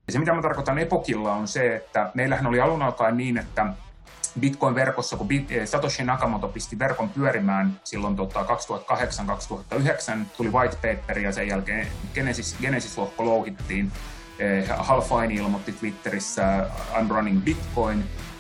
Ja se, mitä mä tarkoitan epokilla, on se, että meillähän oli alun alkaen niin, että Bitcoin-verkossa, kun Satoshi Nakamoto pisti verkon pyörimään silloin 2008-2009, tuli white paper ja sen jälkeen Genesis-lohko louhittiin. Hal Finney ilmoitti Twitterissä I'm running Bitcoin.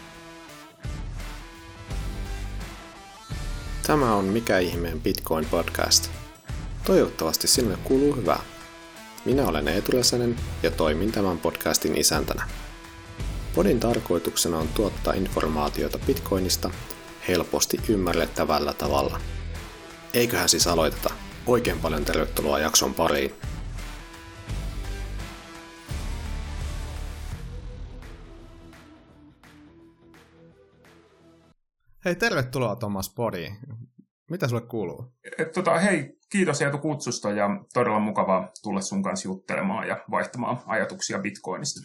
Tämä on Mikä ihmeen Bitcoin podcast. Toivottavasti sinulle kuuluu hyvää. Minä olen Eetu Räsänen ja toimin tämän podcastin isäntänä. Podin tarkoituksena on tuottaa informaatiota Bitcoinista helposti ymmärrettävällä tavalla. Eiköhän siis aloiteta. Oikein paljon tervetuloa jakson pariin. Hei, tervetuloa Thomas podiin. Mitä sulle kuuluu? Hei, kiitos Eetu kutsusta ja todella mukavaa tulla sun kanssa juttelemaan ja vaihtamaan ajatuksia Bitcoinista.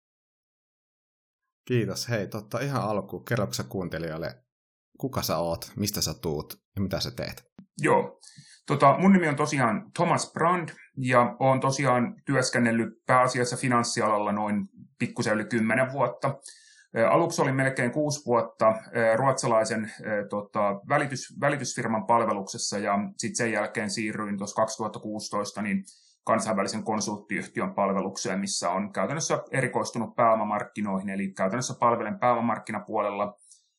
Kiitos. Hei, ihan alkuun. Kerroksä kuuntelijoille, kuka sä oot, mistä sä tuut ja mitä sä teet? Joo. Mun nimi on tosiaan Thomas Brand ja olen tosiaan työskennellyt pääasiassa finanssialalla noin pikkusen yli 10 vuotta. Aluksi olin melkein 6 vuotta ruotsalaisen välitysfirman palveluksessa ja sitten sen jälkeen siirryin tuossa 2016 niin kansainvälisen konsulttiyhtiön palvelukseen, missä on käytännössä erikoistunut pääomamarkkinoihin, eli käytännössä palvelen pääomamarkkinapuolella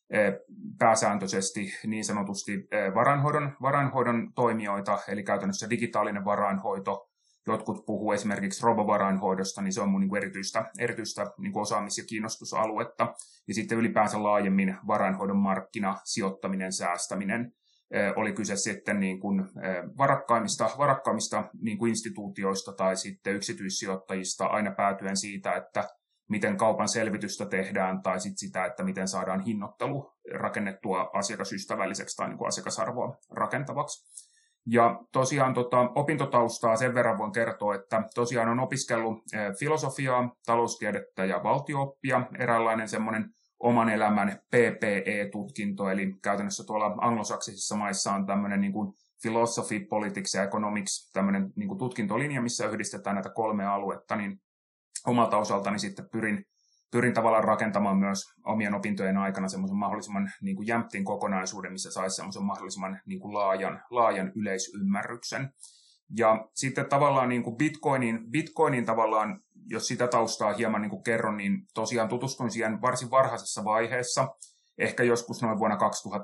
pääsääntöisesti niin sanotusti varainhoidon toimijoita, eli käytännössä digitaalinen varainhoito. Jotkut puhuu esimerkiksi robovarainhoidosta, niin se on mun niin kuin erityistä niin kuin osaamis- ja kiinnostusaluetta. Ja sitten ylipäänsä laajemmin varainhoidon markkina, sijoittaminen, säästäminen. Oli kyse sitten niin kuin varakkaimmista niin kuin instituutioista tai sitten yksityissijoittajista, aina päätyen siitä, että miten kaupan selvitystä tehdään tai sitten sitä, että miten saadaan hinnoittelu rakennettua asiakasystävälliseksi tai niin kuin asiakasarvoa rakentavaksi. Ja tosiaan opintotaustaa sen verran voin kertoa, että tosiaan on opiskellut filosofiaa, taloustiedettä ja valtio-oppia, eräänlainen semmoinen oman elämän PPE-tutkinto, eli käytännössä tuolla anglosaksisissa maissa on tämmöinen niin kuin philosophy, politics ja economics, tämmöinen niin kuin tutkintolinja, missä yhdistetään näitä 3 aluetta, niin omalta osaltani sitten pyrin tavallaan rakentamaan myös omien opintojen aikana semmoisen mahdollisimman niin kuin jämptin kokonaisuuden, missä saisi semmoisen mahdollisimman niin kuin laajan yleisymmärryksen. Ja sitten tavallaan niin kuin Bitcoinin tavallaan, jos sitä taustaa hieman niin kuin kerron, niin tosiaan tutustuin siihen varsin varhaisessa vaiheessa, ehkä joskus noin vuonna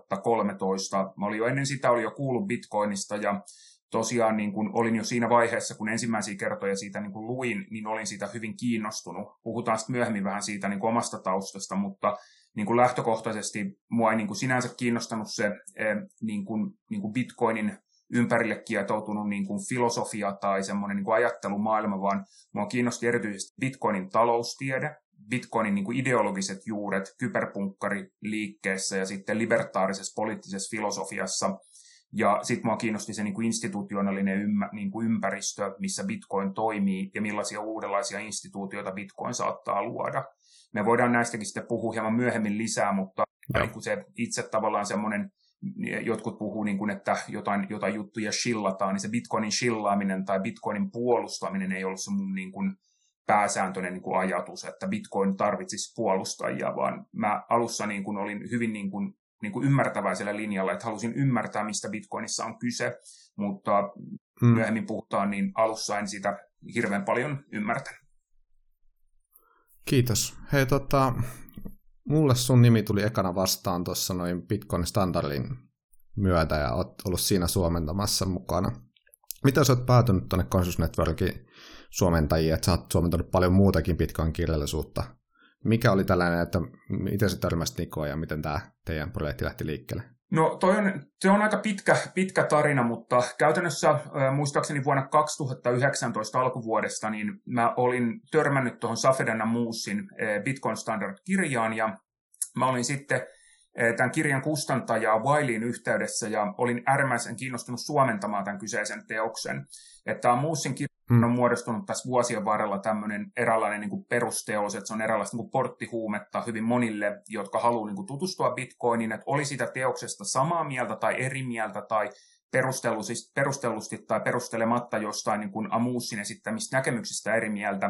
2013. Mä olin jo ennen sitä jo kuullut Bitcoinista ja tosiaan niin kun olin jo siinä vaiheessa, kun ensimmäisiä kertoja siitä niin kun luin, niin olin siitä hyvin kiinnostunut. Puhutaan sitten myöhemmin vähän siitä niin kun omasta taustasta, mutta niin kun lähtökohtaisesti mua ei niin kun sinänsä kiinnostanut se niin kun Bitcoinin ympärille kietoutunut niin kun filosofia tai semmoinen niin kun ajattelumaailma, vaan mua kiinnosti erityisesti Bitcoinin taloustiede, Bitcoinin niin kun ideologiset juuret kyberpunkkariliikkeessä ja sitten libertaarisessa poliittisessa filosofiassa. Ja sitten mua kiinnosti se niin kuin institutionaalinen niin kuin ympäristö, missä Bitcoin toimii ja millaisia uudenlaisia instituutioita Bitcoin saattaa luoda. Me voidaan näistäkin sitten puhua hieman myöhemmin lisää, mutta niin kuin se itse tavallaan semmoinen, jotkut puhuu, niin kuin, että jotain juttuja shillataan, niin se Bitcoinin shillaaminen tai Bitcoinin puolustaminen ei ollut se mun niin kuin pääsääntöinen niin kuin ajatus, että Bitcoin tarvitsisi puolustajia, vaan mä alussa niin kuin olin hyvin niin kuin ymmärtäväisellä linjalla, että halusin ymmärtää, mistä Bitcoinissa on kyse, mutta myöhemmin puhutaan, niin alussa en sitä hirveän paljon ymmärtänyt. Kiitos. Hei, mulle sun nimi tuli ekana vastaan tuossa noin Bitcoin-standardin myötä ja oot ollut siinä suomentamassa mukana. Miten sä oot päätynyt tuonne Consensus Networkin suomentajiin, että sä oot suomentanut paljon muutakin Bitcoin-kirjallisuutta? Mikä oli tällainen, että miten se törmäsi Nikoon ja miten tämä teidän projekti lähti liikkeelle? No se on aika pitkä tarina, mutta käytännössä muistaakseni vuonna 2019 alkuvuodesta niin mä olin törmännyt tuohon Safed & Moosin Bitcoin Standard-kirjaan ja mä olin sitten tämän kirjan kustantajaa Wileyin yhteydessä ja olin äärimmäisen kiinnostunut suomentamaan tämän kyseisen teoksen. Tämä Moosin kirja on muodostunut tässä vuosien varrella tämmöinen eräänlainen niin kuin perusteos, että se on eräänlaista niin kuin porttihuumetta hyvin monille, jotka haluaa niin kuin tutustua Bitcoiniin, että oli sitä teoksesta samaa mieltä tai eri mieltä tai perustellusti tai perustelematta jostain niin kuin Moosin esittämistä näkemyksistä eri mieltä,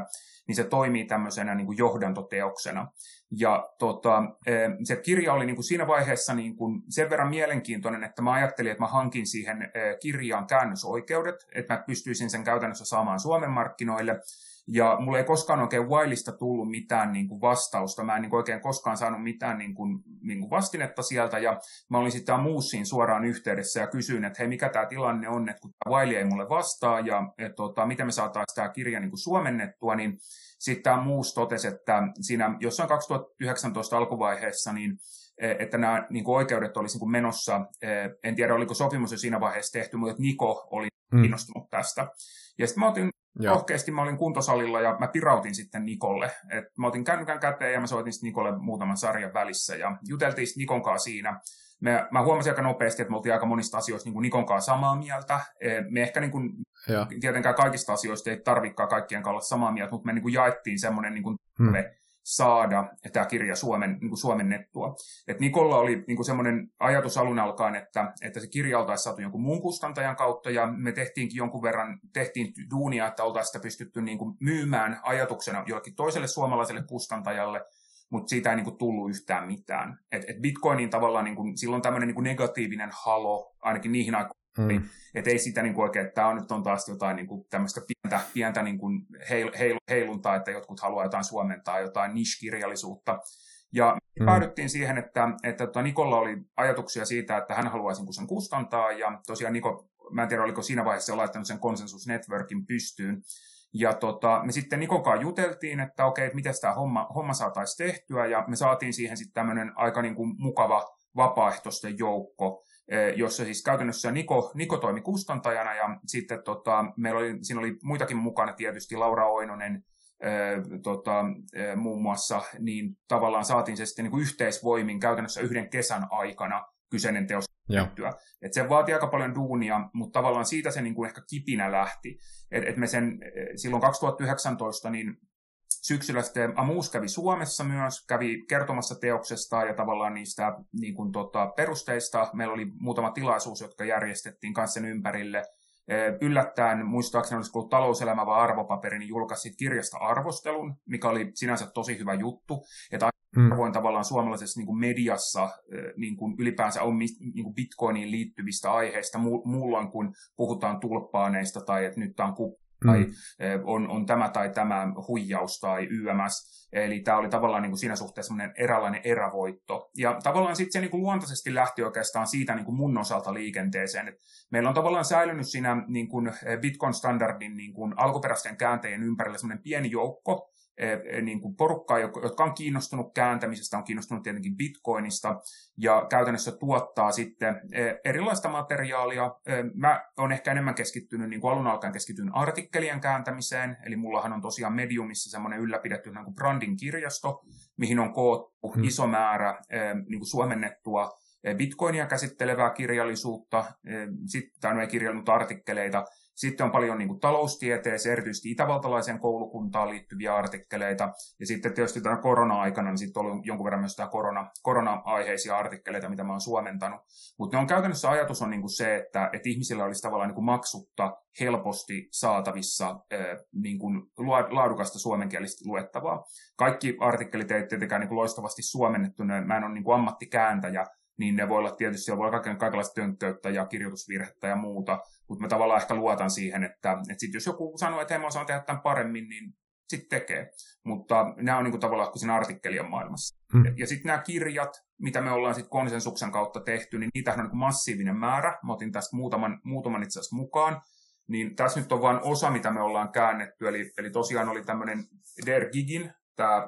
niin se toimii tämmöisenä niin kuin johdantoteoksena. Ja se kirja oli niin kuin siinä vaiheessa niin kuin sen verran mielenkiintoinen, että mä ajattelin, että mä hankin siihen kirjaan käännösoikeudet, että mä pystyisin sen käytännössä saamaan Suomen markkinoille. Ja mulla ei koskaan oikein Wilesta tullut mitään niin kuin vastausta. Mä en niin kuin oikein koskaan saanut mitään niin kuin vastinetta sieltä. Ja mä olin sitten Moosein suoraan yhteydessä ja kysyin, että hei, mikä tämä tilanne on, että kun tämä Wiley ei mulle vastaa ja miten me saataisiin tämä kirja niin kuin suomennettua, niin sitten tämä Moose totesi, että siinä jossain 2019 alkuvaiheessa, niin että nämä niin kuin oikeudet olisi niin kuin menossa. En tiedä, oliko sopimus jo siinä vaiheessa tehty, mutta Niko oli kiinnostunut tästä. Ja sitten mä otin rohkeasti, mä olin kuntosalilla ja mä pirautin sitten Nikolle. Mä otin kännykän käteen ja mä soitin sitten Nikolle muutaman sarjan välissä ja juteltiin sitten Nikon kanssa siinä. Mä huomasin aika nopeasti, että me oltiin aika monista asioista niin kuin Nikon kanssa samaa mieltä. Me ehkä niin kuin, tietenkään kaikista asioista ei tarvitsekaan kaikkien kanssa olla samaa mieltä, mutta me niin kuin jaettiin semmoinen niin kuin saada tämä kirja suomennettua. Et Nikolla oli niin kuin semmoinen ajatus alun alkaen, että se kirja oltaisiin saatu jonkun muun kustantajan kautta, ja me tehtiinkin jonkun verran duunia, että oltaisiin sitä pystytty niin kuin myymään ajatuksena jollekin toiselle suomalaiselle kustantajalle, mutta siitä ei niin kuin tullut yhtään mitään. Et Bitcoinin tavallaan niin kuin, silloin tämmöinen niin kuin negatiivinen halo, ainakin niihin aikoihin, että ei sitä niin kuin oikein, että tämä nyt on taas jotain niin kuin tämmöistä pientä niin kuin heiluntaa, että jotkut haluaa jotain suomentaa, jotain niche-kirjallisuutta. Ja päädyttiin siihen, että Nikolla oli ajatuksia siitä, että hän haluaisi sen kustantaa, ja tosiaan Niko, mä en tiedä, oliko siinä vaiheessa jo laittanut sen Consensus Networkin pystyyn. Ja me sitten Nikon kanssa juteltiin, että okei, että miten tämä homma saataisiin tehtyä, ja me saatiin siihen sitten tämmöinen aika niin kuin mukava vapaaehtoisten joukko, jossa siis käytännössä Niko toimi kustantajana, ja sitten siinä oli muitakin mukana tietysti, Laura Oinonen muun muassa, niin tavallaan saatiin se sitten niin kuin yhteisvoimin käytännössä yhden kesän aikana kyseinen teos tehtyä. Että se vaati aika paljon duunia, mutta tavallaan siitä se niin kuin ehkä kipinä lähti. Et me silloin 2019 niin syksyllä sitten Amus kävi Suomessa myös, kävi kertomassa teoksesta ja tavallaan niistä niin kuin perusteista. Meillä oli muutama tilaisuus, jotka järjestettiin kanssa sen ympärille. Yllättäen, muistaakseni olisiko ollut Talouselämä vai Arvopaperi, niin julkaisit kirjasta arvostelun, mikä oli sinänsä tosi hyvä juttu. Että harvoin tavallaan suomalaisessa niin kuin mediassa niin kuin ylipäänsä on niin kuin Bitcoiniin liittyvistä aiheista muulloin, kun puhutaan tulppaaneista tai että nyt tämä on tai on tämä tai tämä huijaus tai YMS. Eli tämä oli tavallaan niin kuin siinä suhteessa semmoinen eräänlainen erävoitto. Ja tavallaan sitten se niin kuin luontaisesti lähti oikeastaan siitä niin kuin mun osalta liikenteeseen. Et meillä on tavallaan säilynyt siinä niin kuin Bitcoin-standardin niin kuin alkuperäisten kääntäjien ympärillä semmoinen pieni joukko, niin kuin porukkaa, jotka on kiinnostunut kääntämisestä, on kiinnostunut tietenkin Bitcoinista ja käytännössä tuottaa sitten erilaista materiaalia. Mä oon ehkä enemmän keskittynyt, niin kuin alun alkaen keskityn artikkelien kääntämiseen, eli mullahan on tosiaan Mediumissa semmoinen ylläpidetty niin kuin brandin kirjasto, mihin on koottu iso määrä niin kuin suomennettua Bitcoinia käsittelevää kirjallisuutta, sitten ei kirjallisuutta, artikkeleita. Sitten on paljon niin kuin taloustieteeseen, erityisesti itävaltalaiseen koulukuntaan liittyviä artikkeleita. Ja sitten tietysti tämän korona-aikana niin sitten on jonkun verran myös tämä korona-aiheisia artikkeleita, mitä mä oon suomentanut. Mutta käytännössä ajatus on niin kuin se, että ihmisillä olisi tavallaan niin kuin maksutta helposti saatavissa niin kuin laadukasta suomenkielistä luettavaa. Kaikki artikkelit ei tietenkään niin kuin loistavasti suomennettu. Mä en ole niin kuin ammattikääntäjä, niin ne voi olla tietysti, siellä voi olla kaikenlaista tönkköyttä ja kirjoitusvirhettä ja muuta, mutta mä tavallaan ehkä luotan siihen, että sit jos joku sanoo, että hei, mä osaan tehdä tämän paremmin, niin sitten tekee. Mutta nämä on niin kuin tavallaan kuin siinä artikkelien maailmassa. Ja sitten nämä kirjat, mitä me ollaan sitten konsensuksen kautta tehty, niin niitähän on niin kuin massiivinen määrä. Mä otin tästä muutaman itse asiassa mukaan. Niin tässä nyt on vain osa, mitä me ollaan käännetty. Eli tosiaan oli tämmöinen Der Gigin, tämä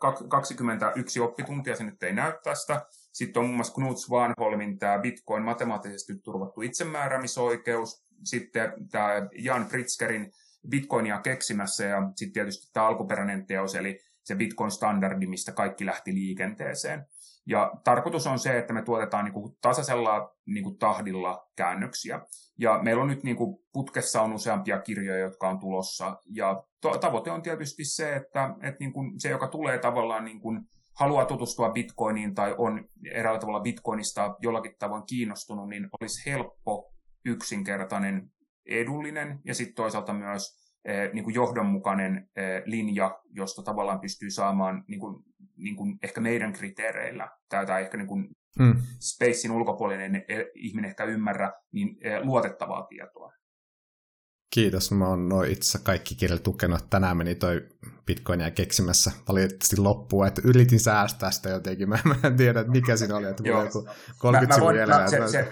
21 oppituntia, se nyt ei näy tästä. Sitten on muun muassa Knut Svanholmin tämä Bitcoin matemaattisesti turvattu itsemääräämisoikeus. Sitten tämä Jan Pritzkerin Bitcoinia keksimässä ja sitten tietysti tämä alkuperäinen teos, eli se Bitcoin-standardi, mistä kaikki lähti liikenteeseen. Ja tarkoitus on se, että me tuotetaan niinku tasaisella niinku tahdilla käännöksiä. Ja meillä on nyt niinku putkessa on useampia kirjoja, jotka on tulossa. Ja tavoite on tietysti se, että niinku se, joka tulee tavallaan niinku haluaa tutustua Bitcoiniin tai on eräällä tavalla Bitcoinista jollakin tavoin kiinnostunut, niin olisi helppo, yksinkertainen, edullinen ja sitten toisaalta myös niin kuin johdonmukainen linja, josta tavallaan pystyy saamaan niin kuin ehkä meidän kriteereillä, tai ehkä niin kuin Spacein ulkopuolinen ihminen ehkä ymmärrä, niin luotettavaa tietoa. Kiitos, mä oon noin itse kaikki kirjat tukenut. Tänään meni toi Bitcoinia keksimässä valitettavasti loppuun, että yritin säästää sitä jotenkin. Mä en tiedä, että mikä siinä oli, että mulla on joku 30 sivua jäljellä.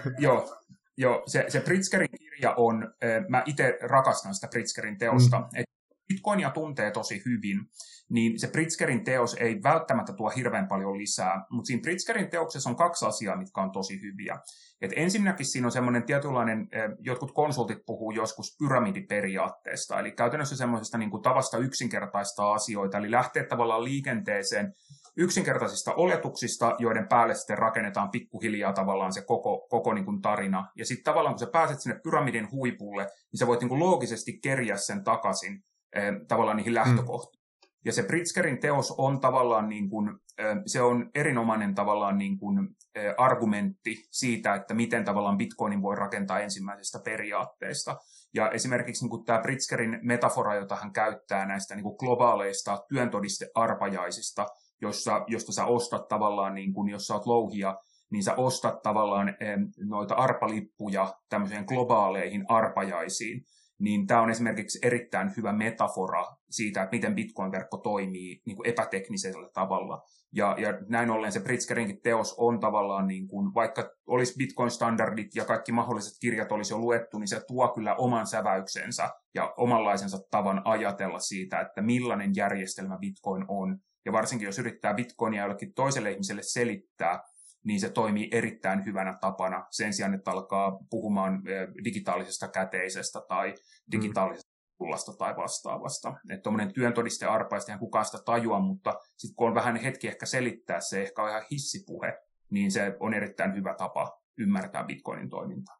Se Pritzkerin kirja on, mä itse rakastan sitä Pritzkerin teosta, että Bitcoinia tuntee tosi hyvin, niin se Pritzkerin teos ei välttämättä tuo hirveän paljon lisää, mutta siinä Pritzkerin teoksessa on 2 asiaa, mitkä on tosi hyviä. Et ensinnäkin siinä on semmoinen tietynlainen, jotkut konsultit puhuu joskus pyramidiperiaatteesta, eli käytännössä semmoisesta niin kuin tavasta yksinkertaistaa asioita, eli lähtee tavallaan liikenteeseen yksinkertaisista oletuksista, joiden päälle sitten rakennetaan pikkuhiljaa tavallaan se koko niin kuin tarina. Ja sitten tavallaan kun sä pääset sinne pyramidin huipulle, niin sä voit niin kuin loogisesti kerjää sen takaisin tavallaan niihin lähtökohtiin. Ja se Pritzkerin teos on tavallaan niin kuin, se on erinomainen tavallaan niin kuin argumentti siitä, että miten tavallaan Bitcoinin voi rakentaa ensimmäisestä periaatteesta. Ja esimerkiksi niin kuin tämä Pritzkerin metafora, jota hän käyttää näistä niin kuin globaaleista työntodistearpajaisista, josta sä ostat tavallaan, niin kuin, jos sä oot louhija, niin sä ostat tavallaan noita arpalippuja tämmöiseen globaaleihin arpajaisiin. Niin tämä on esimerkiksi erittäin hyvä metafora siitä, että miten Bitcoin-verkko toimii niin kuin epäteknisellä tavalla. Ja näin ollen se Pritzkerinkin teos on tavallaan, niin kuin, vaikka olisi Bitcoin-standardit ja kaikki mahdolliset kirjat olisi jo luettu, niin se tuo kyllä oman säväyksensä ja omanlaisensa tavan ajatella siitä, että millainen järjestelmä Bitcoin on. Ja varsinkin jos yrittää Bitcoinia jollekin toiselle ihmiselle selittää, niin se toimii erittäin hyvänä tapana sen sijaan, että alkaa puhumaan digitaalisesta käteisestä tai digitaalisesta kullasta tai vastaavasta. Että tuommoinen työntodistearpa, eihän kukaan sitä tajua, mutta sitten kun on vähän hetki ehkä selittää se, ehkä on ihan hissipuhe, niin se on erittäin hyvä tapa ymmärtää Bitcoinin toimintaa.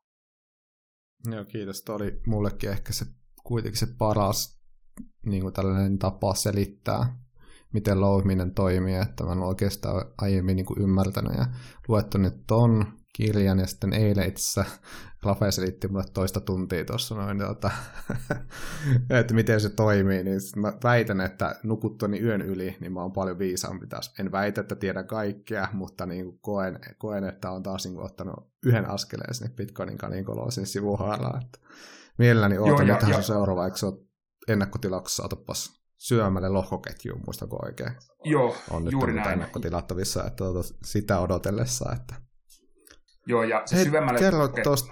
Joo, kiitos. Tuo oli mullekin ehkä se kuitenkin se paras niin kuin tällainen tapa selittää, miten louhiminen toimii, että mä en oikeastaan aiemmin niin kuin ymmärtänyt ja luettu nyt ton kirjan ja sitten eilen itse Rafe selitti mulle toista tuntia tuossa noin, että miten se toimii, niin mä väitän, että nukuttuani yön yli, niin mä oon paljon viisaampi taas. En väitä, että tiedän kaikkea, mutta niin kuin koen, että on taas niin kuin ottanut yhden askeleen sinne Bitcoinin kaninkoloon sinne sivuhaaraan. Mielelläni ootan nyt tähän seuraava, eikö se ole ennakkotilauksessa, otapas syömälle lohkoketjuun, muistako oikein? Joo, on nyt juuri näin. Ennakkotilattavissa, että sitä odotellessa. Että... Joo, ja se syvemmälle tosta...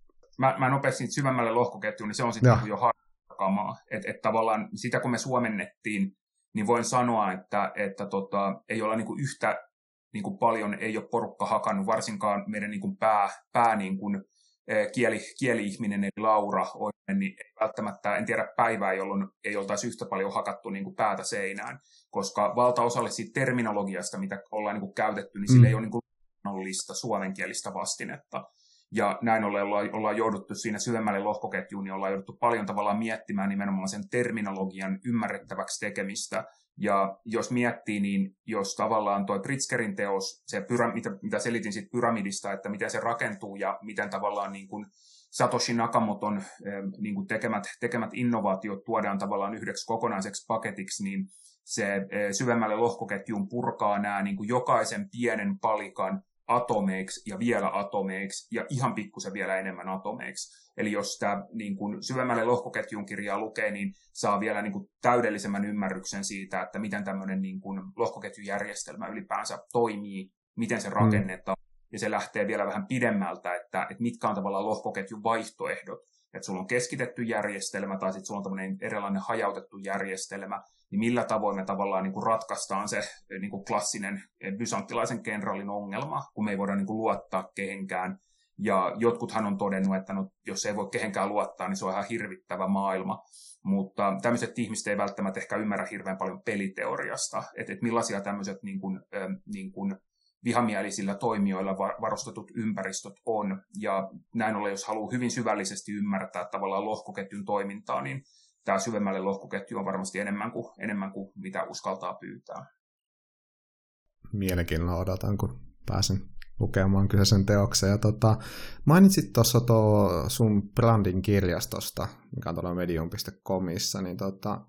Mä nopeasti syvemmälle lohkoketjuun, niin se on sitten jo harkamaa. Että tavallaan sitä, kun me suomennettiin, niin voin sanoa, että ei olla niinku yhtä niinku paljon, ei ole porukka hakannut, varsinkaan meidän niinku pää niinku, kieli-ihminen, eli Laura Oinen, niin ei välttämättä, en tiedä päivää, jolloin ei oltaisi yhtä paljon hakattu niin kuin päätä seinään, koska valtaosalle siitä terminologiasta, mitä ollaan niin kuin käytetty, niin sillä ei ole niin kuin luonnollista suomenkielistä vastinetta. Ja näin ollaan jouduttu siinä syvemmälle lohkoketjuun, niin ollaan jouduttu paljon tavallaan miettimään nimenomaan sen terminologian ymmärrettäväksi tekemistä. Ja jos miettii, niin jos tavallaan toi Pritzkerin teos, se mitä selitin siitä pyramidista, että miten se rakentuu ja miten tavallaan niin kuin Satoshi Nakamoton niin kuin tekemät innovaatiot tuodaan tavallaan yhdeksi kokonaiseksi paketiksi, niin se syvemmälle lohkoketjuun purkaa nämä niin kuin jokaisen pienen palikan atomeiksi ja vielä atomeiksi ja ihan pikkusen vielä enemmän atomeiksi. Eli jos tämä niin kuin syvemmälle lohkoketjun kirjaa lukee, niin saa vielä niin kuin täydellisemmän ymmärryksen siitä, että miten tämmöinen niin kuin lohkoketjujärjestelmä ylipäänsä toimii, miten se rakennetaan. Ja se lähtee vielä vähän pidemmältä, että mitkä on tavallaan lohkoketjun vaihtoehdot. Että sulla on keskitetty järjestelmä tai sitten sulla on tämmöinen erilainen hajautettu järjestelmä, niin millä tavoin me tavallaan niin kuin ratkaistaan se niin kuin klassinen bysanttilaisen kenraalin ongelma, kun me ei voida niin kuin luottaa kehenkään. Ja jotkuthan on todennut, että no, jos ei voi kehenkään luottaa, niin se on ihan hirvittävä maailma. Mutta tämmöiset ihmiset ei välttämättä ehkä ymmärrä hirveän paljon peliteoriasta, että millaisia tämmöiset niin kuin vihamielisillä toimijoilla varustetut ympäristöt on. Ja näin ollen, jos haluaa hyvin syvällisesti ymmärtää tavallaan lohkoketjun toimintaa, niin tämä syvemmälle lohkoketju on varmasti enemmän kuin mitä uskaltaa pyytää. Mielenkiinnolla odotan, kun pääsen lukemaan kyseisen teoksen. Ja mainitsit tuossa sun Brandin kirjastosta, mikä on tuolla medium.comissa, niin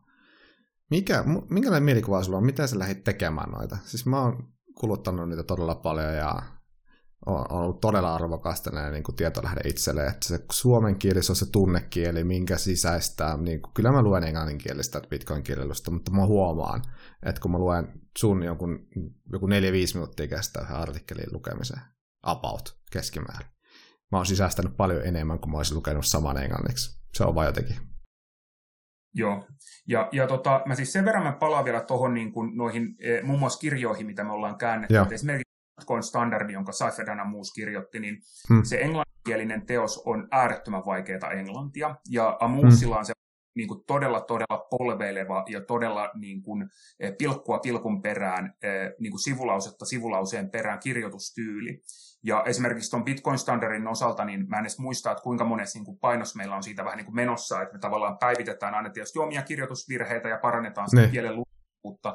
minkälainen mielikuva sulla on? Miten sä lähdit tekemään noita? Siis mä oon kuluttanut niitä todella paljon ja on ollut todella arvokasta näin niin kuin tietolähde itselle, että se suomen kieli on se tunnekieli, minkä sisäistää, niin kuin, kyllä mä luen englanninkielistä Bitcoin-kirjallisuutta, mutta mä huomaan, että kun mä luen sun joku 4-5 minuuttia kestää yhden artikkelin lukemiseen, about keskimäärin. Mä oon sisäistänyt paljon enemmän kuin mä olisin lukenut saman englanniksi. Se on vaan jotenkin. Joo, ja mä siis sen verran mä palaan vielä tuohon niin kuin noihin muun muassa kirjoihin, mitä me ollaan käännetty. Esimerkiksi Bitcoin-standardi, jonka Seyfried Ammous kirjoitti, niin se englanninkielinen teos on äärettömän vaikeaa englantia, ja Ammousilla on se niin kuin todella polveileva ja todella niin kuin pilkkua pilkun perään, niin kuin sivulausetta sivulauseen perään kirjoitustyyli. Ja esimerkiksi tuon Bitcoin-standardin osalta, niin mä en edes muista, että kuinka monessa niin kuin painos meillä on siitä vähän niin kuin menossa, että me tavallaan päivitetään aina tietysti omia kirjoitusvirheitä ja parannetaan sitä kielen lukuutta,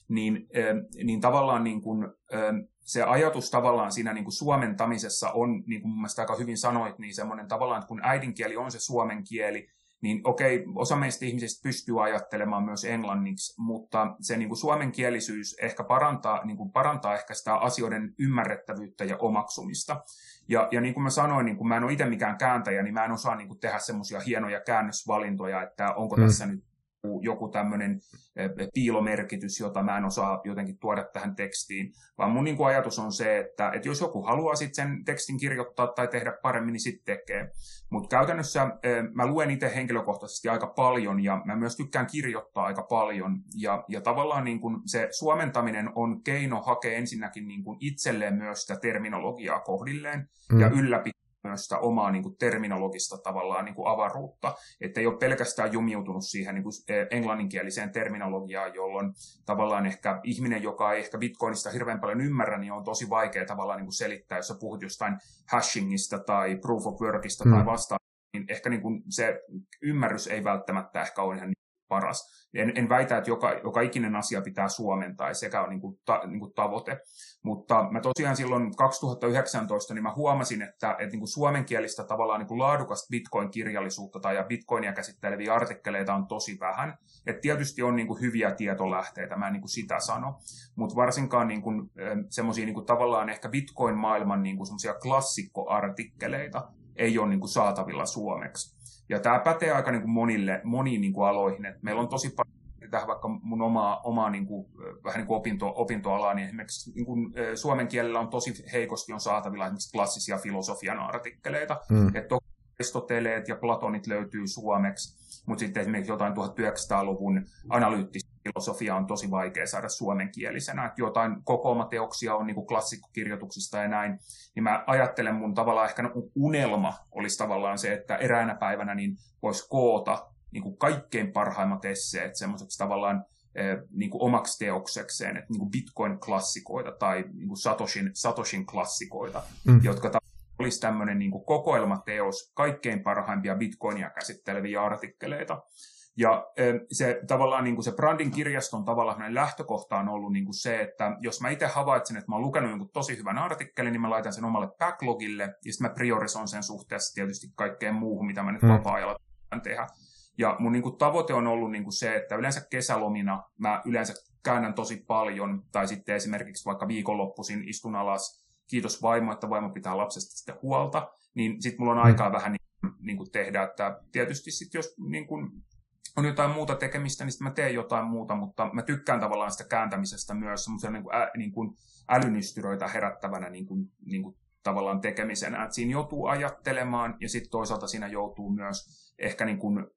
niin tavallaan niin kuin, se ajatus tavallaan siinä niin kuin suomentamisessa on, niin kuin mun mielestä aika hyvin sanoit, niin semmoinen tavallaan, että kun äidinkieli on se suomen kieli, niin okei, osa meistä ihmisistä pystyy ajattelemaan myös englanniksi, mutta se niin kuin suomenkielisyys ehkä parantaa ehkä sitä asioiden ymmärrettävyyttä ja omaksumista. Ja niin kuin mä sanoin, niin kun mä en ole itse mikään kääntäjä, niin mä en osaa niin kuin tehdä semmoisia hienoja käännösvalintoja, että onko tässä nyt joku tämmöinen piilomerkitys, jota mä en osaa jotenkin tuoda tähän tekstiin, vaan mun niin kuin ajatus on se, että jos joku haluaa sitten sen tekstin kirjoittaa tai tehdä paremmin, niin sitten tekee. Mutta käytännössä mä luen itse henkilökohtaisesti aika paljon ja mä myös tykkään kirjoittaa aika paljon ja tavallaan niin kuin se suomentaminen on keino hakea ensinnäkin niin kuin itselleen myös sitä terminologiaa kohdilleen ja ylläpitää myös sitä omaa niin kuin terminologista tavallaan niin kuin avaruutta, että ei ole pelkästään jumiutunut siihen niin kuin englanninkieliseen terminologiaan, jolloin tavallaan ehkä ihminen, joka ei ehkä Bitcoinista hirveän paljon ymmärrä, niin on tosi vaikea tavallaan niin kuin selittää, jos sä puhut jostain hashingista tai proof of workista tai vastaan, niin ehkä niin kuin se ymmärrys ei välttämättä ehkä ole ihan paras. En väitä, että joka ikinen asia pitää suomentaa, sekä on niin kuin tavoite. Mutta mä tosiaan silloin 2019 niin mä huomasin, että niin kuin suomenkielistä tavallaan niin kuin laadukasta Bitcoin-kirjallisuutta tai Bitcoinia käsitteleviä artikkeleita on tosi vähän. Et tietysti on niin kuin hyviä tietolähteitä, mä en niin kuin sitä sano, mutta varsinkaan niin kuin semmoisia niin kuin tavallaan ehkä Bitcoin-maailman niin kuin semmoisia klassikkoartikkeleita ei ole niin kuin saatavilla suomeksi. Ja tämä pätee aika niin kuin moniin niin kuin aloihin. Et meillä on tosi paljon tähän vaikka mun omaa niin kuin, vähän niin kuin opintoalaa, niin esimerkiksi niin kuin, suomen kielellä on tosi heikosti on saatavilla esimerkiksi klassisia filosofian artikkeleita. Että Aristoteleet ja Platonit löytyy suomeksi, mutta sitten esimerkiksi jotain 1900-luvun analyyttistä filosofia on tosi vaikea saada suomenkielisenä. Että jotain kokoomateoksia on niin kuin klassikkokirjoituksista ja näin, niin mä ajattelen mun tavallaan ehkä unelma olisi tavallaan se, että eräänä päivänä niin voisi koota niin kuin kaikkein parhaimmat esseet semmoiseksi tavallaan niin kuin omaksi teoksekseen, että niin kuin Bitcoin-klassikoita tai niin kuin Satoshin klassikoita, jotka olisi tämmöinen niin kuin kokoelmateos kaikkein parhaimpia Bitcoinia käsitteleviä artikkeleita. Ja se tavallaan niin kuin se Brandin kirjaston tavallaan lähtökohta on ollut niin kuin se, että jos mä itse havaitsen, että mä oon lukenut jonkun tosi hyvän artikkelin, niin mä laitan sen omalle backlogille, ja sitten mä priorisoin sen suhteessa tietysti kaikkeen muuhun, mitä mä nyt vapaa-ajalla tehdä. Ja mun niin kuin tavoite on ollut niin kuin se, että yleensä kesälomina mä yleensä käännän tosi paljon, tai sitten esimerkiksi vaikka viikonloppuisin istun alas, kiitos vaimo, että vaimo pitää lapsesta sitten huolta, niin sitten mulla on aikaa vähän niin kuin tehdä, että tietysti sitten jos niin kuin on jotain muuta tekemistä, niin sitten mä teen jotain muuta, mutta mä tykkään tavallaan sitä kääntämisestä myös semmoisen niin kuin älynystyröitä herättävänä niin kuin tavallaan tekemisenä, että siinä joutuu ajattelemaan ja sitten toisaalta siinä joutuu myös ehkä niin kuin,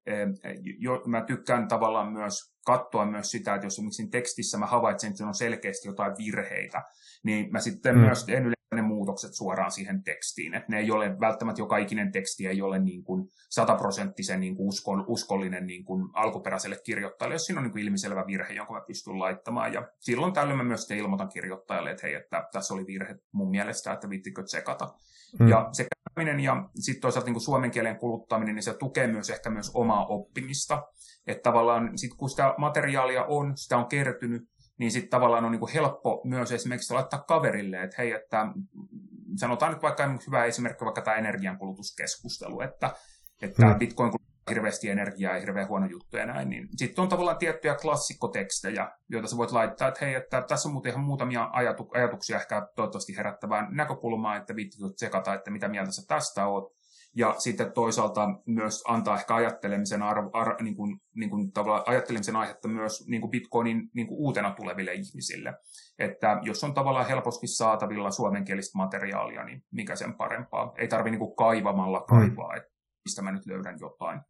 mä tykkään tavallaan myös katsoa myös sitä, että jos esimerkiksi tekstissä mä havaitsen, että siinä on selkeästi jotain virheitä, niin mä sitten myös teen yleensä ne muutokset suoraan siihen tekstiin, että ne ei ole välttämättä joka ikinen teksti ei ole niin kuin 100% niin kuin uskollinen niin kuin alkuperäiselle kirjoittajalle, jos siinä on niin kuin ilmiselvä virhe, jonka mä pystyn laittamaan, ja silloin tällöin mä myös ilmoitan kirjoittajalle, että hei, että tässä oli virhe mun mielestä, että viittikö tsekata. Ja se käyminen ja sitten toisaalta niin kuin suomen kielen kuluttaminen, niin se tukee myös ehkä myös omaa oppimista, että tavallaan sit kun sitä materiaalia on, sitä on kertynyt, niin sitten tavallaan on niin kuin helppo myös esimerkiksi laittaa kaverille, että hei, että sanotaan nyt vaikka hyvä esimerkki, vaikka tämä energiankulutuskeskustelu, että Bitcoin hirveästi energiaa ja hirveän huono juttu ja näin, niin sitten on tavallaan tiettyjä klassikkotekstejä, joita sä voit laittaa, että hei, että tässä on muuten ihan muutamia ajatuksia ehkä toivottavasti herättävään näkökulmaa, että viittitut tsekata, että mitä mieltä sä tästä oot, ja sitten toisaalta myös antaa ehkä ajattelemisen, tavallaan ajattelemisen aihetta myös niin kuin Bitcoinin niin kuin uutena tuleville ihmisille, että jos on tavallaan helposti saatavilla suomenkielistä materiaalia, niin mikä sen parempaa, ei tarvitse niin kuin kaivamalla kaivaa, että mistä mä nyt löydän jotain.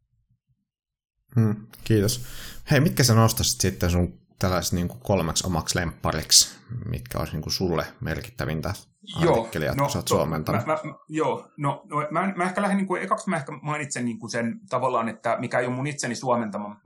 Kiitos. Hei, mitkä sä nostaisit sitten sun tällaiset niin kuin 3 omaksi lemppariksi, mitkä olisi niin kuin sulle merkittävintä artikkelia, jotka sä oot suomentanut? Mä ehkä lähden, niin kuin, ekaksi mä ehkä mainitsen niin kuin sen tavallaan, että mikä ei ole mun itseni suomentama.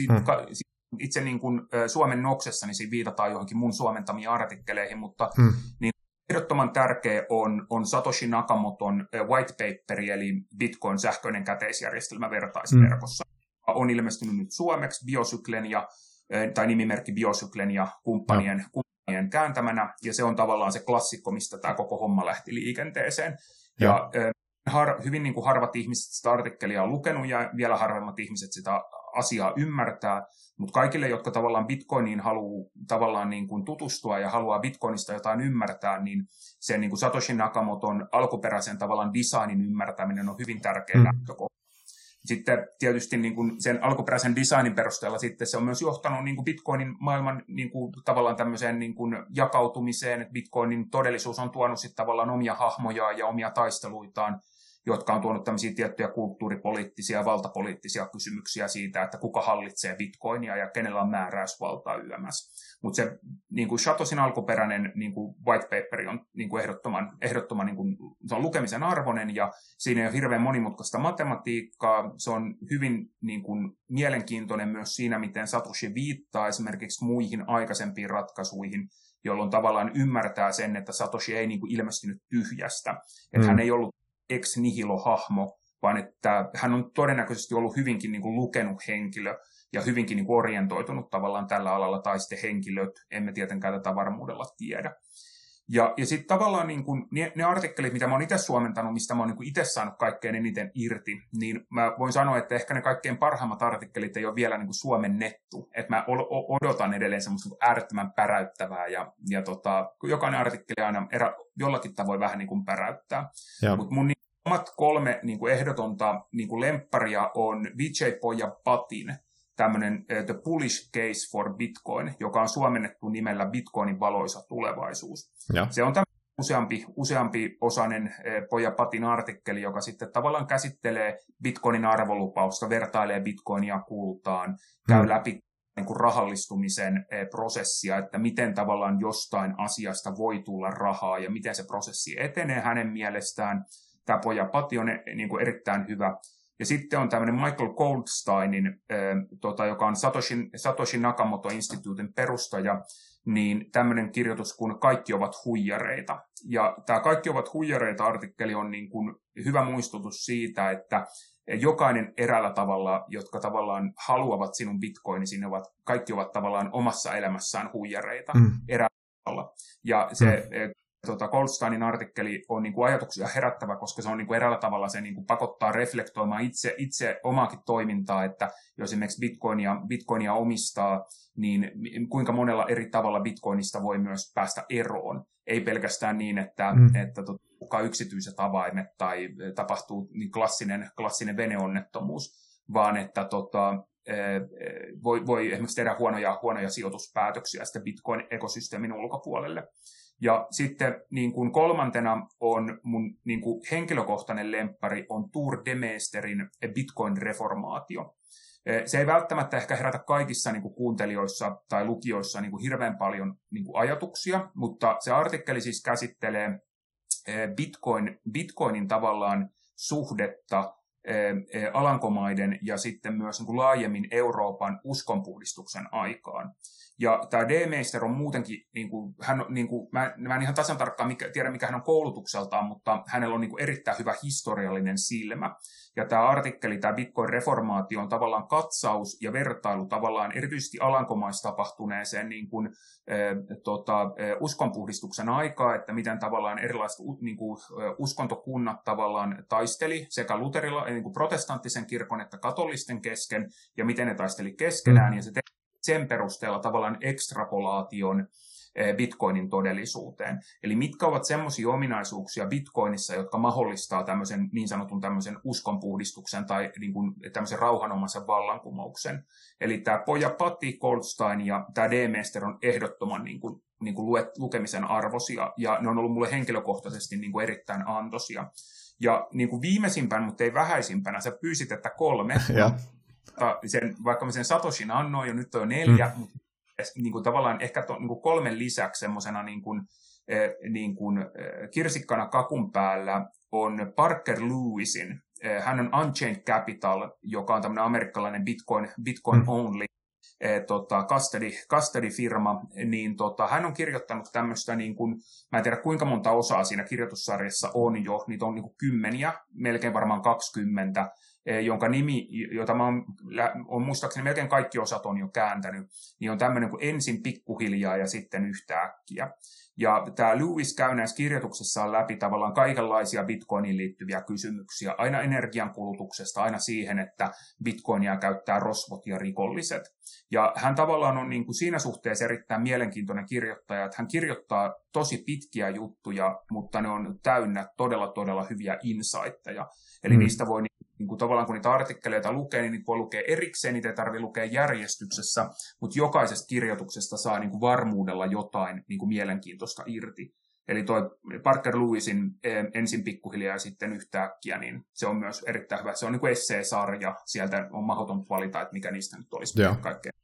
Itse niin kuin, Suomen Noksessa, niin siinä viitataan johonkin mun suomentamiin artikkeleihin, mutta niin ehdottoman tärkeä on Satoshi Nakamoton white paperi, eli Bitcoin sähköinen käteisjärjestelmä vertaisverkossa. On ilmestynyt nyt suomeksi Biosyklen tai nimimerkki Biosyklen ja kumppanien kääntämänä, ja se on tavallaan se klassikko, mistä tämä koko homma lähti liikenteeseen. Ja hyvin niin kuin harvat ihmiset sitä artikkelia on lukenut, ja vielä harvemmat ihmiset sitä asiaa ymmärtää, mutta kaikille, jotka tavallaan Bitcoiniin haluaa tavallaan niin kuin tutustua ja haluaa Bitcoinista jotain ymmärtää, niin sen niin kuin Satoshi Nakamoton alkuperäisen tavallaan designin ymmärtäminen on hyvin tärkeä lähtökohta. Sitten tietysti niin kuin sen alkuperäisen designin perusteella sitten se on myös johtanut niin kuin Bitcoinin maailman niin kuin tavallaan tämmöiseen niin kuin jakautumiseen, että Bitcoinin todellisuus on tuonut sitten tavallaan omia hahmojaan ja omia taisteluitaan, jotka on tuonut tämmöisiä tiettyjä kulttuuripoliittisia ja valtapoliittisia kysymyksiä siitä, että kuka hallitsee Bitcoinia ja kenellä on määräysvaltaa YMS. Mutta se niin kuin Satoshin alkuperäinen niin kuin white paper on niin kuin ehdottoman niin kuin, se on lukemisen arvoinen ja siinä ei ole hirveän monimutkaista matematiikkaa. Se on hyvin niin kuin, mielenkiintoinen myös siinä, miten Satoshi viittaa esimerkiksi muihin aikaisempiin ratkaisuihin, jolloin tavallaan ymmärtää sen, että Satoshi ei niin kuin ilmestynyt tyhjästä. Että hän ei ollut ex nihilo-hahmo, vaan että hän on todennäköisesti ollut hyvinkin niin kuin lukenut henkilö ja hyvinkin niin kuin orientoitunut tavallaan tällä alalla, tai sitten henkilöt, emme tietenkään tätä varmuudella tiedä. Ja sitten tavallaan niin kuin ne artikkelit, mitä mä oon itse suomentanut, mistä mä oon niin kuin itse saanut kaikkein eniten irti, niin mä voin sanoa, että ehkä ne kaikkein parhaimmat artikkelit ei ole vielä niin kuin suomennettu. Että mä odotan edelleen semmoista niin kuin äärettömän päräyttävää, ja jokainen artikkeli aina jollakin tavoin vähän niin kuin päräyttää. Mutta mun omat 3 niin kuin ehdotonta niin kuin lempparia on Vijay Pojapatin tämmöinen The Bullish Case for Bitcoin, joka on suomennettu nimellä Bitcoinin valoisa tulevaisuus. Ja. Se on useampi osainen Pojapatin artikkeli, joka sitten tavallaan käsittelee Bitcoinin arvolupausta, vertailee Bitcoinia kultaan, käy läpi niin kuin rahallistumisen prosessia, että miten tavallaan jostain asiasta voi tulla rahaa ja miten se prosessi etenee hänen mielestään. Tämä Pojapati on niin kuin erittäin hyvä. Ja sitten on tämmöinen Michael Goldsteinin, joka on Satoshi Nakamoto Instituutin perustaja, niin tämmöinen kirjoitus kuin Kaikki ovat huijareita. Ja tämä Kaikki ovat huijareita -artikkeli on niin kuin hyvä muistutus siitä, että jokainen eräällä tavalla, jotka tavallaan haluavat sinun bitcoinisi, kaikki ovat tavallaan omassa elämässään huijareita eräällä tavalla. Ja se Goldsteinin artikkeli on niin kuin ajatuksia herättävä, koska se on niin kuin eräällä tavalla se niin kuin pakottaa reflektoimaan itse omaakin toimintaa, että jos esimerkiksi bitcoinia omistaa, niin kuinka monella eri tavalla bitcoinista voi myös päästä eroon. Ei pelkästään niin, että yksityiset avaimet tai tapahtuu niin klassinen veneonnettomuus, vaan että voi esimerkiksi tehdä huonoja sijoituspäätöksiä sitten bitcoin-ekosysteemin ulkopuolelle. Ja sitten niin kuin 3. on mun niin kuin henkilökohtainen lemppari on Tuur Demeesterin Bitcoin-reformaatio. Se ei välttämättä ehkä herätä kaikissa niin kuin kuuntelijoissa tai lukijoissa niin kuin hirveän paljon niin kuin ajatuksia, mutta se artikkeli siis käsittelee Bitcoinin tavallaan suhdetta Alankomaiden ja sitten myös niin kuin laajemmin Euroopan uskonpuhdistuksen aikaan. Ja tämä D-meister on muutenkin, mä en ihan tasan tarkkaan tiedä, mikä hän on koulutukseltaan, mutta hänellä on niin kuin erittäin hyvä historiallinen silmä. Ja tämä artikkeli, tämä Bitcoin-reformaatio on tavallaan katsaus ja vertailu tavallaan erityisesti Alankomaissa tapahtuneeseen niin kuin, uskonpuhdistuksen aikaa, että miten tavallaan erilaiset niin kuin, uskontokunnat tavallaan taisteli sekä niin kuin protestanttisen kirkon että katolisten kesken, ja miten ne taisteli keskenään, ja se sen perusteella tavallaan ekstrapolaation Bitcoinin todellisuuteen. Eli mitkä ovat semmoisia ominaisuuksia Bitcoinissa, jotka mahdollistaa tämmöisen niin sanotun tämmöisen uskonpuhdistuksen tai niin kuin tämmöisen rauhanomaisen vallankumouksen. Eli tämä poja Patti Goldstein ja tämä D-meister on ehdottoman niin kuin lukemisen arvoisia, ja ne on ollut mulle henkilökohtaisesti niin kuin erittäin antoisia. Ja niin kuin viimeisimpänä, mutta ei vähäisimpänä, sä pyysit, että 3. Vaikka mä sen Satoshin annoin jo, nyt on jo 4, mutta niin kuin tavallaan ehkä niin kuin 3 lisäksi semmoisena niin kuin kirsikkana kakun päällä on Parker Lewisin. Hän on Unchained Capital, joka on tämmöinen amerikkalainen Bitcoin only custody-firma, niin hän on kirjoittanut tämmöistä, niin kuin, mä en tiedä kuinka monta osaa siinä kirjoitussarjassa on jo, niitä on niin kuin 10, melkein varmaan 20, jonka nimi, jota mä on muistaakseni melkein kaikki osat on jo kääntänyt, niin on tämmöinen kuin ensin pikkuhiljaa ja sitten yhtäkkiä. Ja tämä Lewis käy näissä kirjoituksissaan läpi tavallaan kaikenlaisia Bitcoiniin liittyviä kysymyksiä, aina energiankulutuksesta, aina siihen, että Bitcoinia käyttää rosvot ja rikolliset. Ja hän tavallaan on niin kuin siinä suhteessa erittäin mielenkiintoinen kirjoittaja, että hän kirjoittaa tosi pitkiä juttuja, mutta ne on täynnä todella hyviä insightteja. Eli niistä voi niin kuin tavallaan kun niitä artikkeleita lukee, niin niitä voi lukea erikseen, niitä ei tarvitse lukea järjestyksessä, mutta jokaisesta kirjoituksesta saa niin kuin varmuudella jotain niin kuin mielenkiintoista irti. Eli toi Parker Lewisin ensin pikkuhiljaa ja sitten yhtäkkiä, niin se on myös erittäin hyvä. Se on niin kuin essee-sarja, sieltä on mahdoton valita, että mikä niistä nyt olisi kaikkein.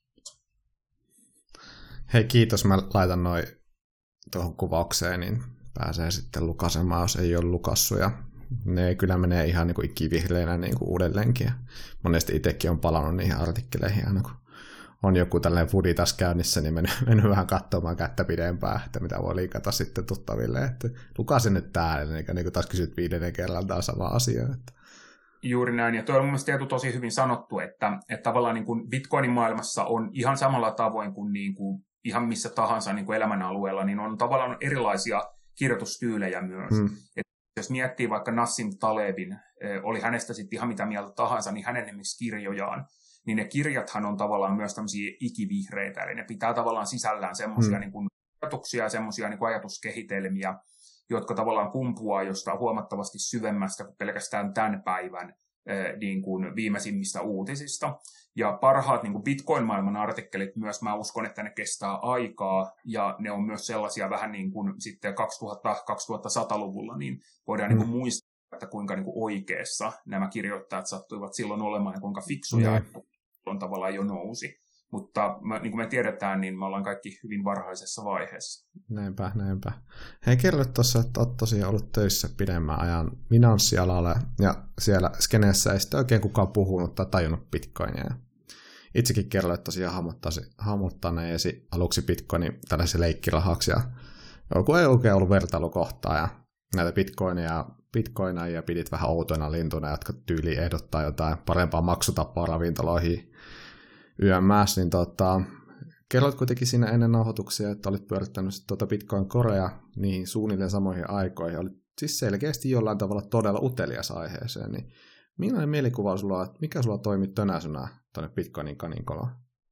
Hei, kiitos. Mä laitan noin tuohon kuvaukseen, niin pääsee sitten lukasemaan, jos ei ole lukassut. Ja ne kyllä menee ihan niin kuin ikivihreinä niin kuin uudelleenkin. Ja monesti itsekin on palannut niihin artikkeleihin aina, kun on joku tällainen foodi taas käynnissä, niin mennyt vähän katsomaan kättä pidempään, että mitä voi liikata sitten tuttaville. Että lukasin nyt täällä, niin kuin taas kysyt 5. kerran taas sama asia. Että. Juuri näin, ja tuo on mun mielestä Eetu tosi hyvin sanottu, että tavallaan niin kuin Bitcoinin maailmassa on ihan samalla tavoin kuin, ihan missä tahansa niin kuin elämänalueella, niin on tavallaan erilaisia kirjoitustyylejä myös. Jos miettii vaikka Nassim Talebin, oli hänestä sitten ihan mitä mieltä tahansa, niin hänen esimerkiksi kirjojaan, niin ne kirjathan on tavallaan myös tämmöisiä ikivihreitä, eli ne pitää tavallaan sisällään semmoisia niin kuin ajatuksia ja semmoisia niin kuin ajatuskehitelmiä, jotka tavallaan kumpuaa jostain huomattavasti syvemmästä kuin pelkästään tämän päivän niin kuin viimeisimmistä uutisista. Ja parhaat niin kuin Bitcoin-maailman artikkelit myös, mä uskon, että ne kestää aikaa, ja ne on myös sellaisia vähän niin kuin sitten 2100-luvulla, niin voidaan niin kuin muistaa, että kuinka niin kuin oikeassa nämä kirjoittajat sattuivat silloin olemaan, ja kuinka fiksuja on tavallaan jo nousi. Mutta niin kuin me tiedetään, niin me ollaan kaikki hyvin varhaisessa vaiheessa. Näinpä. Hei, kerro tuossa, että olet tosiaan ollut töissä pidemmän ajan finanssialalla, ja siellä skeneessä ei sitten oikein kukaan puhunut tai tajunnut Bitcoinia. Itsekin kerroit tosiaan hahmottaneesi aluksi Bitcoinin tällaisen leikkirahaksi, ja joku ei oikein ollut vertailukohtaa, ja näitä Bitcoinia pidit vähän outoina lintuna, jotka tyyli ehdottaa jotain parempaa maksutappaa ravintoloihin YMS, niin kerroit kuitenkin siinä ennen nauhoituksia, että olit pyörittänyt Bitcoin Korea niihin suunnilleen samoihin aikoihin. Olit siis selkeästi jollain tavalla todella utelias aiheeseen, niin millainen mielikuva sulla on, että mikä sulla toimi tönäisynä tuonne Bitcoinin kaninkoloon?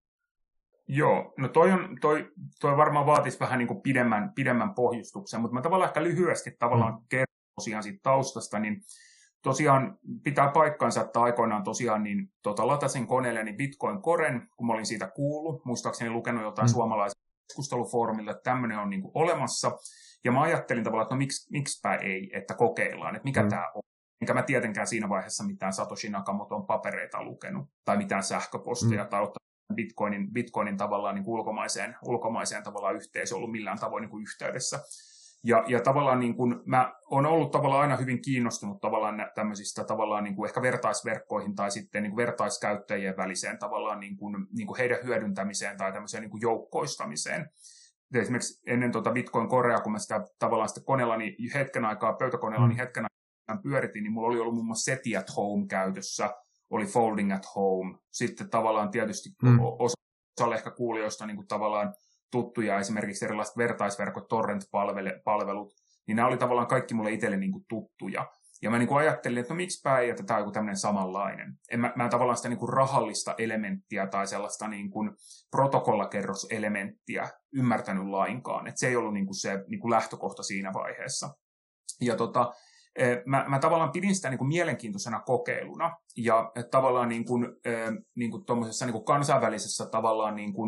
Joo, no toi varmaan vaatisi vähän niin kuin pidemmän pohjustuksen, mutta mä tavallaan ehkä lyhyesti kerron tosiaan siitä taustasta, niin tosiaan pitää paikkansa, että aikoinaan tosiaan niin, latasin koneelleni Bitcoin Coren, kun mä olin siitä kuullut, muistaakseni lukenut jotain suomalaisen keskustelufoorumilta, että tämmöinen on niin kuin olemassa, ja mä ajattelin tavallaan, että no miksipä ei, että kokeillaan, että mikä tämä on. Enkä mä tietenkään siinä vaiheessa mitään Satoshi Nakamoton papereita lukenut, tai mitään sähköpostia, tai ottaa Bitcoinin tavallaan niin kuin ulkomaiseen tavallaan yhteisöön ollut millään tavoin niin kuin yhteydessä. Ja tavallaan niin kuin mä oon ollut tavallaan aina hyvin kiinnostunut tavallaan tämmöisistä tavallaan niin kuin ehkä vertaisverkkoihin tai sitten niin kuin vertaiskäyttäjien väliseen tavallaan niin kuin heidän hyödyntämiseen tai tämmöiseen niin kuin joukkoistamiseen. Esimerkiksi ennen Bitcoin Korea, kun mä sitä tavallaan sitten koneellani hetken aikaa, pöytäkoneellani hetken aikaa pyöritin, niin mulla oli ollut muun muassa SETI at Home käytössä, oli Folding at Home, sitten tavallaan tietysti osalle ehkä kuulijoista niin kuin tavallaan tuttuja, esimerkiksi erilaiset vertaisverkot, torrent-palvelut, niin nämä oli tavallaan kaikki mulle itselle niin kuin tuttuja. Ja mä niin kuin ajattelin, että no miksipä ei, että tämä on joku tämmöinen samanlainen. Mä en tavallaan sitä niin kuin rahallista elementtiä tai sellaista niin kuin protokollakerroselementtiä ymmärtänyt lainkaan. Että se ei ollut niin kuin se niin kuin lähtökohta siinä vaiheessa. Ja mä tavallaan pidin sitä niin kuin mielenkiintoisena kokeiluna. Ja tavallaan niin kuin tuommoisessa niin kuin kansainvälisessä tavallaan niin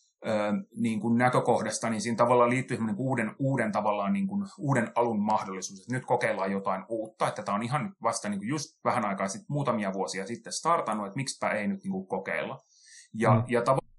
kuin näkökohdasta, niin siinä tavallaan liittyy uuden tavallaan niin kuin uuden alun mahdollisuus, että nyt kokeillaan jotain uutta, että tämä on ihan vasta niin kuin just vähän aikaa sitten, muutamia vuosia sitten startannut, että miksipä ei nyt niin kuin kokeilla. Ja tavallaan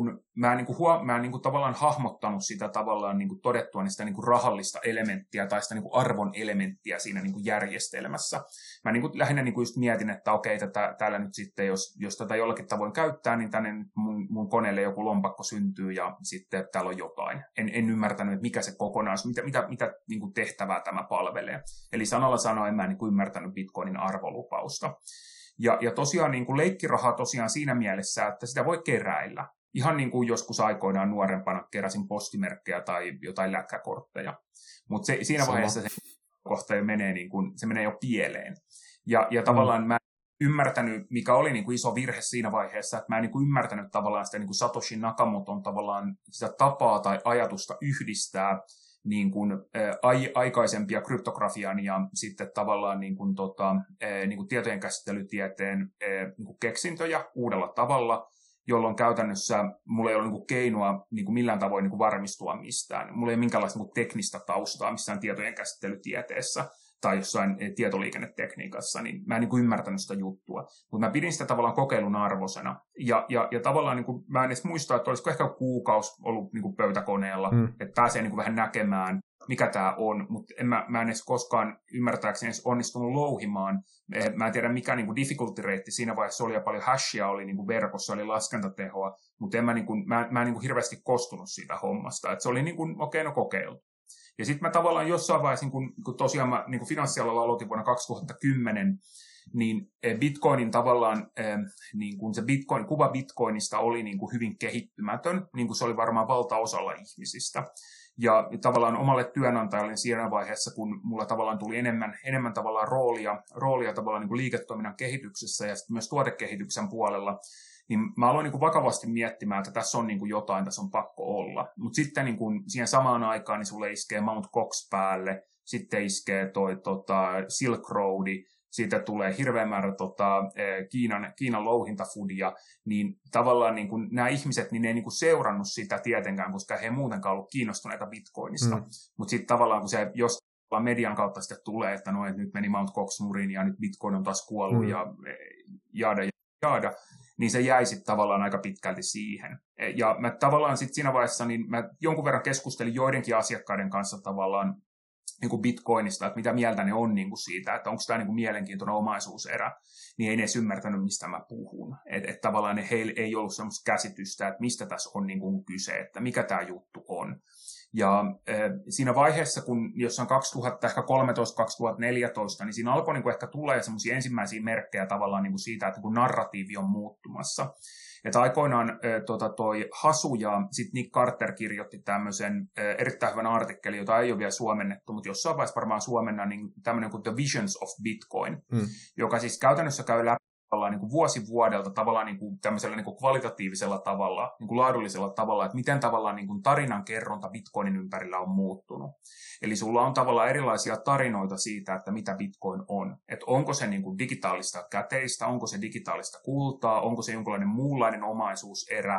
mä en niin kuin tavallaan hahmottanut sitä tavallaan niin kuin todettua niin sitä niin kuin rahallista elementtiä tai sitä niin kuin arvon elementtiä siinä niin kuin järjestelmässä. Mä niin kuin lähinnä niin kuin just mietin, että okei, täällä nyt sitten, jos tätä jollakin tavoin käyttää, niin tänne mun koneelle joku lompakko syntyy ja sitten täällä on jotain. En ymmärtänyt, että mikä se kokonaisuus, mitä niin kuin tehtävää tämä palvelee. Eli sanalla sanoen mä en niin kuin ymmärtänyt Bitcoinin arvolupausta. Ja tosiaan niin kuin leikkirahaa tosiaan siinä mielessä, että sitä voi keräillä. Ihan niin kuin joskus aikoinaan nuorempana keräsin postimerkkejä tai jotain läkkäkortteja. Mutta siinä vaiheessa se kohta menee, niin kuin, se menee jo pieleen. Ja tavallaan mä en ymmärtänyt, mikä oli niin kuin iso virhe siinä vaiheessa, että mä en niin kuin ymmärtänyt tavallaan sitä niin kuin Satoshi Nakamoton tavallaan sitä tapaa tai ajatusta yhdistää niin kuin, aikaisempia kryptografian ja sitten tavallaan niin kuin, niin kuin tietojen käsittelytieteen niin kuin keksintöjä uudella tavalla, jolloin käytännössä mulla ei ole niin kuin keinoa niin kuin millään tavoin niin kuin varmistua mistään. Mulla ei ole minkäänlaista niin kuin teknistä taustaa missään tietojen käsittelytieteessä tai jossain tietoliikennetekniikassa, niin mä en niin kuin ymmärtänyt sitä juttua. Mutta mä pidin sitä tavallaan kokeilun arvoisena. Ja tavallaan niin kuin, mä en edes muista, että olisiko ehkä kuukausi ollut niin kuin pöytäkoneella, että pääsee niin kuin vähän näkemään, mikä tämä on, mutta mä en edes koskaan ymmärtääkseni edes onnistunut louhimaan. Mä en tiedä, mikä niin kuin difficulty rate siinä vaiheessa oli, ja paljon hashia oli niin kuin verkossa, oli laskentatehoa, mutta mä en niin kuin hirveästi kostunut siitä hommasta. Et se oli niin kuin, okei, no kokeilu. Ja sitten mä tavallaan jossain vaiheessa, kun tosiaan mä niin kuin finanssialalla aloitin vuonna 2010, niin Bitcoinin tavallaan, niin kuin se kuva Bitcoinista oli niin kuin hyvin kehittymätön, niin kuin se oli varmaan valtaosalla ihmisistä. Ja tavallaan omalle työnantajalle siinä vaiheessa, kun mulla tavallaan tuli enemmän tavallaan roolia tavallaan niin kuin liiketoiminnan kehityksessä ja sitten myös tuotekehityksen puolella, niin mä aloin niin kuin vakavasti miettimään, että tässä on niin kuin jotain, tässä on pakko olla. Mutta sitten niin kuin siihen samaan aikaan niin sulle iskee Mt. Gox päälle, sitten iskee toi Silk Road, siitä tulee hirveän määrä Kiinan louhintafoodia, niin tavallaan niin kuin nämä ihmiset, niin ne ei niin kuin seurannut sitä tietenkään, koska he ei muutenkaan ollut kiinnostuneita Bitcoinista. Mutta sitten tavallaan, kun se jostain median kautta sitten tulee, että no, nyt meni Mt. Gox nurin ja nyt Bitcoin on taas kuollut ja jaada, niin se jäi sitten tavallaan aika pitkälti siihen. Ja mä tavallaan sitten siinä vaiheessa, niin mä jonkun verran keskustelin joidenkin asiakkaiden kanssa tavallaan niin kuin Bitcoinista, että mitä mieltä ne on niin kuin siitä, että onko tämä niin kuin mielenkiintoinen omaisuuserä, niin ei ne edes ymmärtänyt, mistä mä puhun. Että tavallaan heillä ei ollut sellaista käsitystä, että mistä tässä on niin kuin kyse, että mikä tämä juttu on. Ja siinä vaiheessa, kun jossain 2013-2014, niin siinä alkoi niin kuin ehkä tulee semmoisia ensimmäisiä merkkejä tavallaan niin kuin siitä, että niin narratiivi on muuttumassa. Että aikoinaan toi Hasu ja sitten Nick Carter kirjoitti tämmöisen erittäin hyvän artikkelin, jota ei ole vielä suomennettu, mutta jossain vaiheessa varmaan suomenna niin tämmöinen kuin The Visions of Bitcoin, joka siis käytännössä käy läpi niin kuin vuosi vuodelta tavallaan niin kuin tämmöisellä niin kuin kvalitatiivisella tavalla, niin kuin laadullisella tavalla, että miten tavallaan niin kuin tarinan kerronta Bitcoinin ympärillä on muuttunut. Eli sulla on tavallaan erilaisia tarinoita siitä, että mitä Bitcoin on. Että onko se niin kuin digitaalista käteistä, onko se digitaalista kultaa, onko se jonkinlainen muunlainen omaisuuserä,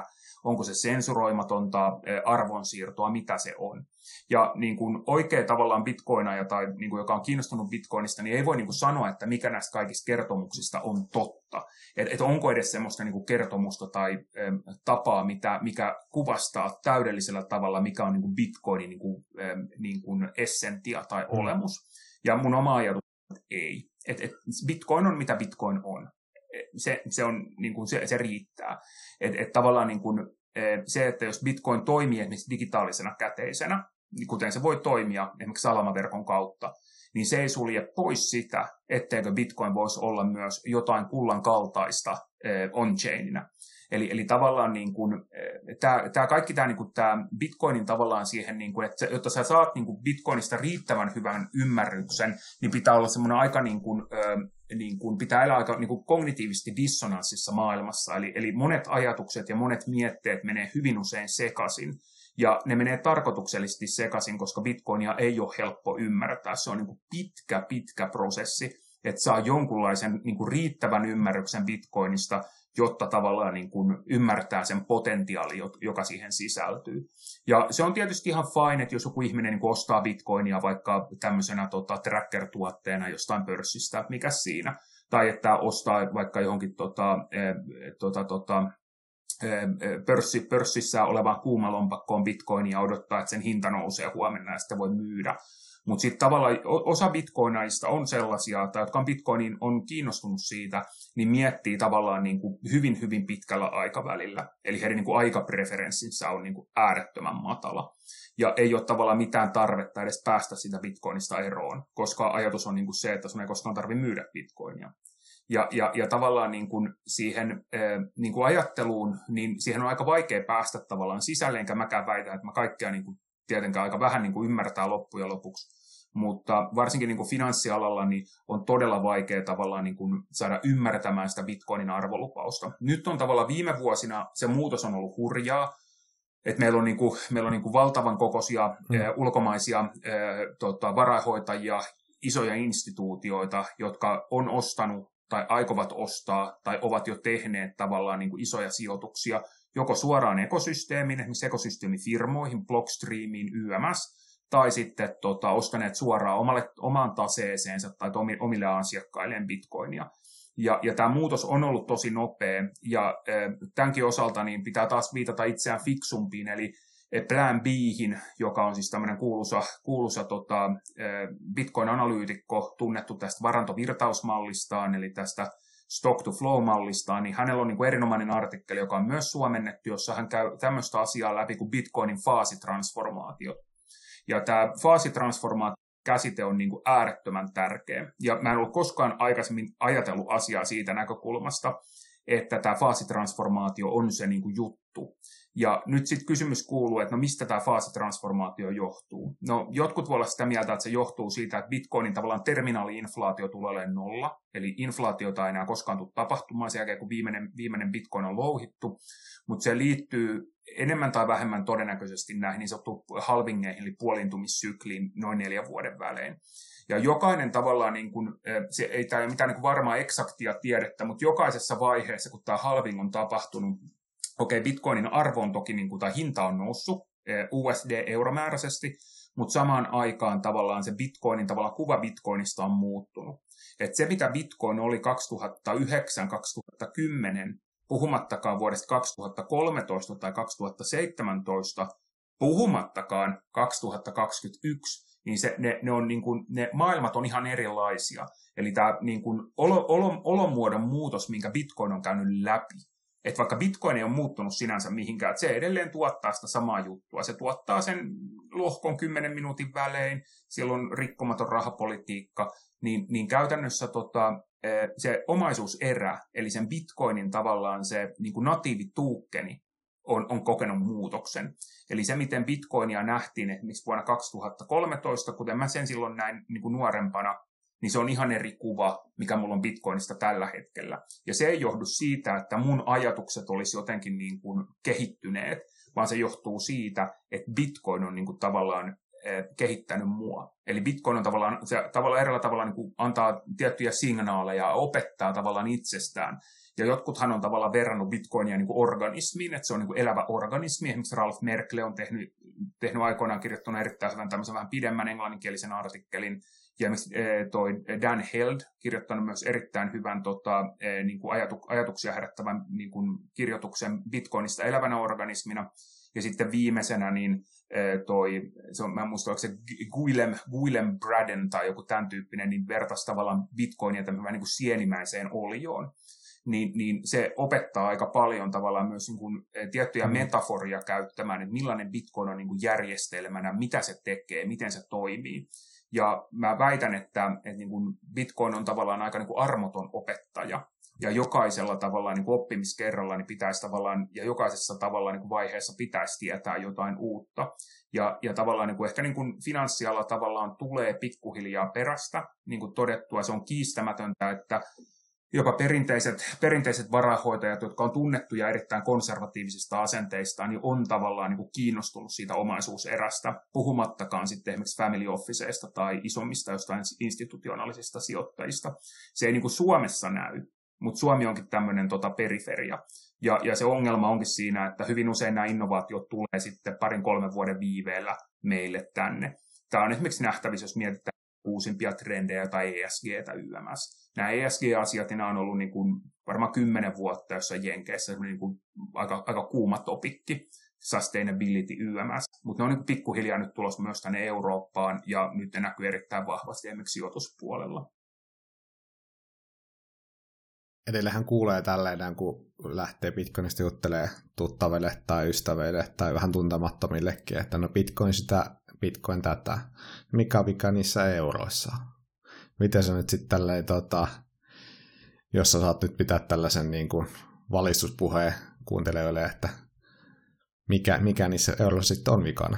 onko se sensuroimatonta arvonsiirtoa, mitä se on. Ja niin kuin oikea tavallaan bitcoinaja tai niin kuin, joka on kiinnostunut bitcoinista, niin ei voi niin kuin sanoa, että mikä näistä kaikista kertomuksista on totta. Että onko edes semmoista niin kuin kertomusta tai tapaa, mikä kuvastaa täydellisellä tavalla, mikä on niin kuin bitcoinin niin kuin essentia tai olemus. Ja mun oma ajatus on, että ei. Bitcoin on mitä bitcoin on. Se on niin kuin se riittää. Tavallaan niin kuin, se, että jos bitcoin toimii esimerkiksi digitaalisena käteisenä, niin kuten se voi toimia esimerkiksi salamaverkon kautta, niin se ei sulje pois sitä, etteikö bitcoin voisi olla myös jotain kullan kaltaista on-chainina. Eli tavallaan niin kuin, tämä kaikki tämä, niin kuin, tämä bitcoinin tavallaan siihen, niin kuin, että jotta sä saat niin kuin bitcoinista riittävän hyvän ymmärryksen, niin pitää olla semmoinen aika niin kuin pitää elää aika niin kuin kognitiivisesti dissonanssissa maailmassa. Eli monet ajatukset ja monet mietteet menee hyvin usein sekaisin. Ja ne menee tarkoituksellisesti sekaisin, koska bitcoinia ei ole helppo ymmärtää. Se on niin kuin pitkä prosessi, että saa jonkunlaisen niin kuin riittävän ymmärryksen bitcoinista, jotta tavallaan niin kuin ymmärtää sen potentiaali, joka siihen sisältyy. Ja se on tietysti ihan fine, että jos joku ihminen niin kuin ostaa bitcoinia vaikka tämmöisenä tracker-tuotteena jostain pörssistä, mikä siinä, tai että ostaa vaikka johonkin pörssissä olevaan kuumalompakkoon bitcoinia odottaa, että sen hinta nousee huomenna ja sitä voi myydä. Mutta sitten tavallaan osa bitcoinaista on sellaisia, tai jotka on bitcoiniin on kiinnostunut siitä, niin miettii tavallaan niin kuin hyvin pitkällä aikavälillä. Eli heidän niin kuin aikapreferenssinsä on niin kuin äärettömän matala. Ja ei ole tavallaan mitään tarvetta edes päästä sitä bitcoinista eroon, koska ajatus on niin kuin se, että sun ei koskaan tarvitse myydä bitcoinia. Ja tavallaan niin kuin siihen niin kuin ajatteluun, niin siihen on aika vaikea päästä tavallaan sisälle, enkä mäkään väitä, että mä kaikkea niin kuin tietenkään aika vähän niin kuin ymmärtää loppujen lopuksi. Mutta varsinkin niin kuin finanssialalla niin on todella vaikea tavallaan niin kuin saada ymmärtämään sitä bitcoinin arvolupausta. Nyt on tavallaan viime vuosina se muutos on ollut hurjaa, että meillä on niin kuin valtavan kokoisia ulkomaisia varainhoitajia, isoja instituutioita, jotka on ostanut tai aikovat ostaa tai ovat jo tehneet tavallaan niin kuin isoja sijoituksia joko suoraan ekosysteemiin, esimerkiksi ekosysteemifirmoihin, Blockstreamiin, YMS, tai sitten ostaneet suoraan omaan taseeseensa tai omille asiakkailleen bitcoinia. Ja tämä muutos on ollut tosi nopea, ja tämänkin osalta niin pitää taas viitata itseään fiksumpiin, eli Plan B:hin, joka on siis tämmöinen kuuluisa Bitcoin-analyytikko, tunnettu tästä varantovirtausmallistaan, eli tästä stock-to-flow-mallistaan, niin hänellä on niin kuin erinomainen artikkeli, joka on myös suomennettu, jossa hän käy tämmöistä asiaa läpi kuin Bitcoinin faasitransformaatio. Ja tämä faasitransformaatio-käsite on niin kuin äärettömän tärkeä. Ja mä en ole koskaan aikaisemmin ajatellut asiaa siitä näkökulmasta, että tämä faasitransformaatio on se niin kuin juttu. Ja nyt sitten kysymys kuuluu, että no mistä tämä faasitransformaatio johtuu? No jotkut voi olla sitä mieltä, että se johtuu siitä, että bitcoinin tavallaan terminaali-inflaatio tulee olemaan nolla, eli inflaatiota ei enää koskaan tule tapahtumaan sen jälkeen, kun viimeinen bitcoin on louhittu, mutta se liittyy enemmän tai vähemmän todennäköisesti näihin niin sanottuihin halvingeihin, eli puoliintumissykliin noin 4 vuoden välein. Ja jokainen tavallaan, niin kuin, se ei tämä ole mitään niin kuin varmaa eksaktia tiedettä, mutta jokaisessa vaiheessa, kun tämä halving on tapahtunut, bitcoinin arvo on toki, niin kuin, tai hinta on noussut USD-euromääräisesti, mutta samaan aikaan tavallaan se bitcoinin tavallaan kuva bitcoinista on muuttunut. Et se, mitä bitcoin oli 2009-2010, puhumattakaan vuodesta 2013 tai 2017, puhumattakaan 2021, niin ne maailmat on ihan erilaisia. Eli tämä niin kuin olomuodon muutos, minkä bitcoin on käynyt läpi, että vaikka bitcoin ei ole muuttunut sinänsä mihinkään, että se edelleen tuottaa sitä samaa juttua. Se tuottaa sen lohkon 10 minuutin välein, siellä on rikkomaton rahapolitiikka, niin käytännössä se omaisuuserä, eli sen bitcoinin tavallaan se niin kuin natiivituukkeni, on kokenut muutoksen. Eli se, miten bitcoinia nähtiin esimerkiksi vuonna 2013, kuten mä sen silloin näin niin kuin nuorempana, niin se on ihan eri kuva, mikä mulla on bitcoinista tällä hetkellä. Ja se ei johdu siitä, että mun ajatukset olisi jotenkin niin kuin kehittyneet, vaan se johtuu siitä, että bitcoin on niin kuin tavallaan kehittänyt mua. Eli bitcoin on tavallaan eräällä tavalla niin kuin antaa tiettyjä signaaleja, opettaa tavallaan itsestään. Ja jotkuthan on tavallaan verrannut bitcoinia niin kuin organismiin, että se on niin kuin elävä organismi. Esimerkiksi Ralph Merkle on tehnyt aikoinaan kirjoittanut erittäin hyvän tämmöisen vähän pidemmän englanninkielisen artikkelin. Ja toi Dan Held kirjoittanut myös erittäin hyvän niin kuin ajatuksia herättävän niin kuin kirjoituksen bitcoinista elävänä organismina. Ja sitten viimeisenä niin mä en muista, onko se Guillem Braden tai joku tämän tyyppinen, niin vertaisi tavallaan bitcoinia tämmöinen niin kuin sienimäiseen olioon. Niin se opettaa aika paljon tavallaan myös niin kuin tiettyjä metaforia käyttämään, että millainen bitcoin on niin kuin järjestelmänä, mitä se tekee, miten se toimii. Ja mä väitän, että niin kuin bitcoin on tavallaan aika niin kuin armoton opettaja. Ja jokaisella tavallaan niin kuin oppimiskerralla niin pitäisi tavallaan, ja jokaisessa tavallaan niin kuin vaiheessa pitäisi tietää jotain uutta. Ja tavallaan niin kuin ehkä niin kuin finanssiala tavallaan tulee pikkuhiljaa perästä. Niin kuin todettua, se on kiistämätöntä, että jopa perinteiset varainhoitajat, jotka on tunnettuja erittäin konservatiivisista asenteistaan, niin on tavallaan niin kuin kiinnostunut siitä omaisuuserästä, puhumattakaan sitten esimerkiksi family officeista tai isommista jostain institutionaalisista sijoittajista. Se ei niin kuin Suomessa näy, mutta Suomi onkin tämmöinen periferia. Ja se ongelma onkin siinä, että hyvin usein nämä innovaatiot tulee sitten 2-3 vuoden viiveellä meille tänne. Tämä on esimerkiksi nähtävissä, jos mietitään uusimpia trendejä tai ESGtä YMS. Nämä ESG-asiat on ollut niin kuin varmaan 10 vuotta jossain Jenkeissä niin kuin aika kuuma topikki, sustainability YMS, mutta ne on niin kuin pikkuhiljaa nyt tulossa myös tänne Eurooppaan ja nyt ne näkyy erittäin vahvasti esimerkiksi sijoituspuolella. Edellähän kuulee tälleen, kun lähtee Bitcoinista juttelemaan tuttaville tai ystäville tai vähän tuntemattomillekin, että no Bitcoin sitä, Bitcoin tätä, mikä on vika niissä euroissa. Miten se nyt sitten tälleen, jos sä saat nyt pitää tällaisen niin kuin valistuspuheen kuuntelijoille, että mikä niissä euroissa sitten on vikana?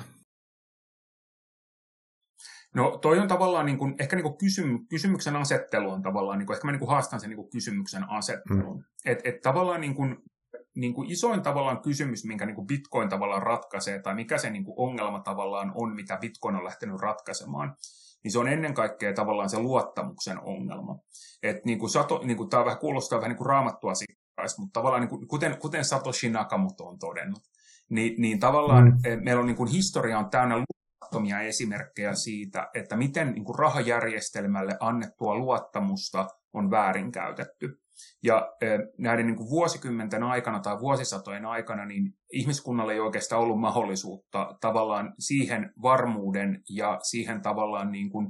No toi on tavallaan niin kuin, ehkä niin kuin kysymyksen asettelu on tavallaan, niin kuin, ehkä mä niin kuin haastan sen niin kuin kysymyksen asettelun. Et tavallaan niin kuin isoin tavallaan kysymys, minkä niin kuin Bitcoin tavallaan ratkaisee, tai mikä se niin kuin ongelma tavallaan on, mitä Bitcoin on lähtenyt ratkaisemaan, niin se on ennen kaikkea tavallaan se luottamuksen ongelma. Et niin kuin tämä vähän kuulostaa vähän niin kuin raamattua sikkaisi, mutta tavallaan niin kuin, kuten Satoshi Nakamoto on todennut, niin tavallaan meillä on niin kuin historia on täynnä luottamia esimerkkejä siitä, että miten niin kuin rahajärjestelmälle annettua luottamusta on väärinkäytetty. Ja näiden niin kuin vuosikymmenten aikana tai vuosisatojen aikana niin ihmiskunnalle ei oikeastaan ollut mahdollisuutta tavallaan siihen varmuuden ja siihen tavallaan niin kuin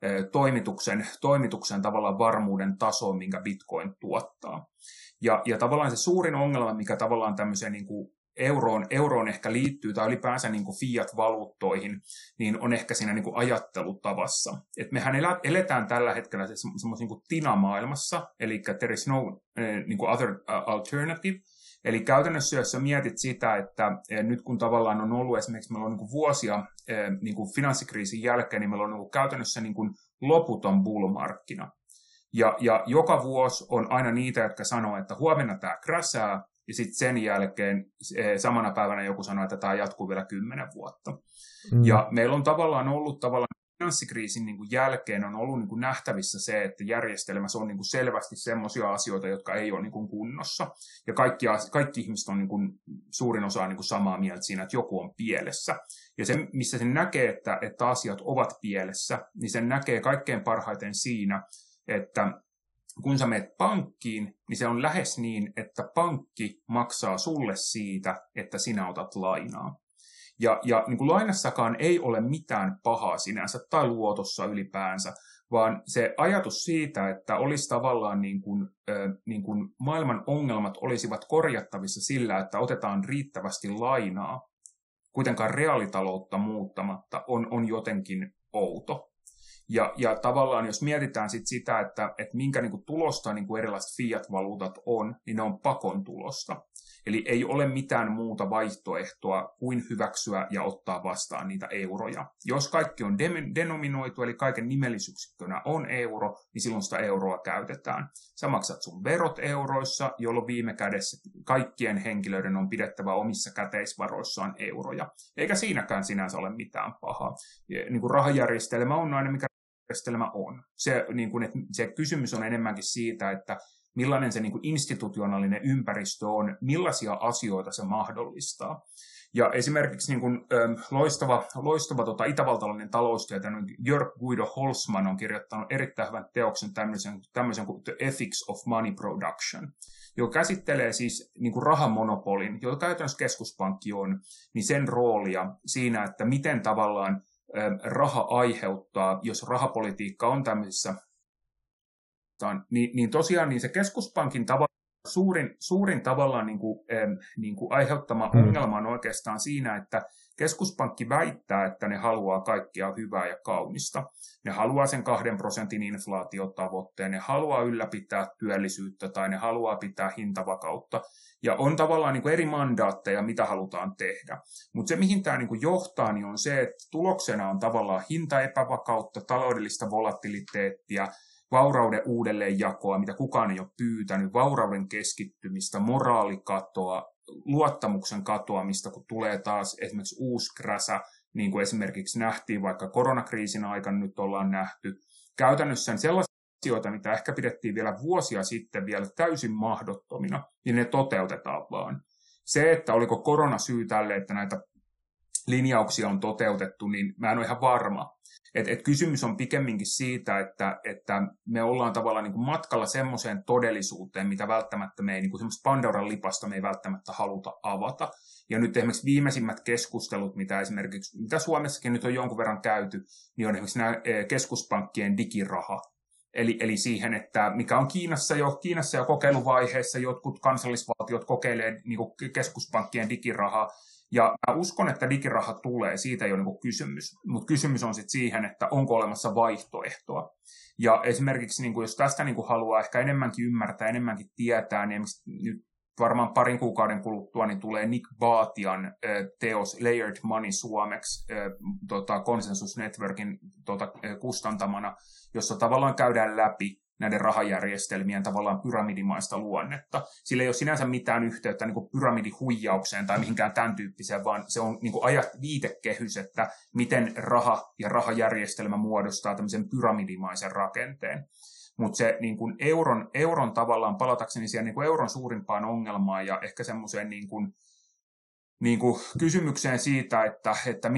toimituksen tavallaan varmuuden tasoon, minkä Bitcoin tuottaa. Ja tavallaan se suurin ongelma, mikä tavallaan tämmöiseen niin kuin euroon ehkä liittyy, tai ylipäänsä niin kuin fiat-valuuttoihin, niin on ehkä siinä niin kuin ajattelutavassa. Et mehän eletään tällä hetkellä semmoisessa niin kuin TINA-maailmassa, eli there is no niin kuin other alternative. Eli käytännössä, jos sä mietit sitä, että nyt kun tavallaan on ollut esimerkiksi, meillä on niin kuin vuosia niin kuin finanssikriisin jälkeen, niin meillä on ollut käytännössä niin kuin loputon bull-markkina. Ja joka vuosi on aina niitä, jotka sanoo, että huomenna tämä crashää, ja sitten sen jälkeen samana päivänä joku sanoo, että tämä jatkuu vielä 10 vuotta. Ja meillä on tavallaan ollut finanssikriisin niin kuin jälkeen on ollut niin kuin nähtävissä se, että järjestelmässä on niin kuin selvästi semmoisia asioita, jotka ei ole niin kuin kunnossa. Ja kaikki ihmiset on niin kuin, suurin osa on niin kuin samaa mieltä siinä, että joku on pielessä. Ja se, missä sen näkee, että asiat ovat pielessä, niin sen näkee kaikkein parhaiten siinä, että kun sä menet pankkiin, niin se on lähes niin, että pankki maksaa sulle siitä, että sinä otat lainaa. Ja niin kuin lainassakaan ei ole mitään pahaa sinänsä tai luotossa ylipäänsä, vaan se ajatus siitä, että olisi tavallaan niin kuin maailman ongelmat olisivat korjattavissa sillä, että otetaan riittävästi lainaa, kuitenkaan reaalitaloutta muuttamatta, on jotenkin outo. Ja tavallaan jos mietitään sitä, että minkä niin kuin tulosta niin kuin erilaiset fiat-valuutat on, niin ne on pakon tulosta. Eli ei ole mitään muuta vaihtoehtoa kuin hyväksyä ja ottaa vastaan niitä euroja. Jos kaikki on denominoitu, eli kaiken nimellisyksikkönä on euro, niin silloin sitä euroa käytetään. Sä maksat sun verot euroissa, jolloin viime kädessä kaikkien henkilöiden on pidettävä omissa käteisvaroissaan euroja. Eikä siinäkään sinänsä ole mitään pahaa. Niin kuin rahajärjestelmä on aina, mikä järjestelmä on. Se kysymys on enemmänkin siitä, että millainen se niin kuin institutionaalinen ympäristö on, millaisia asioita se mahdollistaa. Ja esimerkiksi niin kuin, loistava itävaltalainen taloustieteilijä Jörg Guido Holzmann on kirjoittanut erittäin hyvän teoksen tämmöisen kuin The Ethics of Money Production, joka käsittelee siis niin kuin rahamonopolin, jota käytännössä keskuspankki on, niin sen roolia siinä, että miten tavallaan raha aiheuttaa, jos rahapolitiikka on tämmöisissä, niin tosiaan niin se keskuspankin suurin tavallaan niin kuin aiheuttama ongelma on oikeastaan siinä, että keskuspankki väittää, että ne haluaa kaikkea hyvää ja kaunista. Ne haluaa sen 2% inflaatiotavoitteen, ne haluaa ylläpitää työllisyyttä tai ne haluaa pitää hintavakautta. Ja on tavallaan niin kuin eri mandaatteja, mitä halutaan tehdä. Mutta se, mihin tämä niin kuin johtaa, niin on se, että tuloksena on tavallaan hintaepävakautta, taloudellista volatiliteettia, vaurauden uudelleenjakoa, mitä kukaan ei ole pyytänyt, vaurauden keskittymistä, moraalikatoa, luottamuksen katoamista, kun tulee taas esimerkiksi uusi kräsä, niin kuin esimerkiksi nähtiin vaikka koronakriisin aikana nyt ollaan nähty. Käytännössä sellaisia asioita, mitä ehkä pidettiin vielä vuosia sitten vielä täysin mahdottomina, niin ne toteutetaan vaan. Se, että oliko korona syy tälle, että näitä linjauksia on toteutettu, niin mä en ole ihan varma. Et kysymys on pikemminkin siitä, että me ollaan tavallaan niin kuin matkalla semmoiseen todellisuuteen, mitä välttämättä me ei, niin kuin semmoista Pandoran lipasta me ei välttämättä haluta avata. Ja nyt esimerkiksi viimeisimmät keskustelut, mitä Suomessakin nyt on jonkun verran käyty, niin on esimerkiksi nämä keskuspankkien digiraha. Eli siihen, että mikä on Kiinassa jo kokeiluvaiheessa, jotkut kansallisvaltiot kokeilee niin kuin keskuspankkien digirahaa. Ja mä uskon, että digiraha tulee, siitä ei ole niin kysymys, mutta kysymys on sitten siihen, että onko olemassa vaihtoehtoa. Ja esimerkiksi niin jos tästä niin haluaa ehkä enemmänkin ymmärtää, enemmänkin tietää, niin nyt varmaan parin kuukauden kuluttua niin tulee Nick Baatian teos Layered Money suomeksi Consensus Networkin kustantamana, jossa tavallaan käydään läpi näiden rahajärjestelmien tavallaan pyramidimaista luonnetta. Sillä ei ole sinänsä mitään yhteyttä niin kuin pyramidihuijaukseen tai mihinkään tämän tyyppiseen, vaan se on niin kuin viitekehys, että miten raha ja rahajärjestelmä muodostaa tämmöisen pyramidimaisen rakenteen. Mutta se niin kuin euron tavallaan, palatakseni siihen niin kuin euron suurimpaan ongelmaan ja ehkä semmoiseen niin kuin kysymykseen siitä, että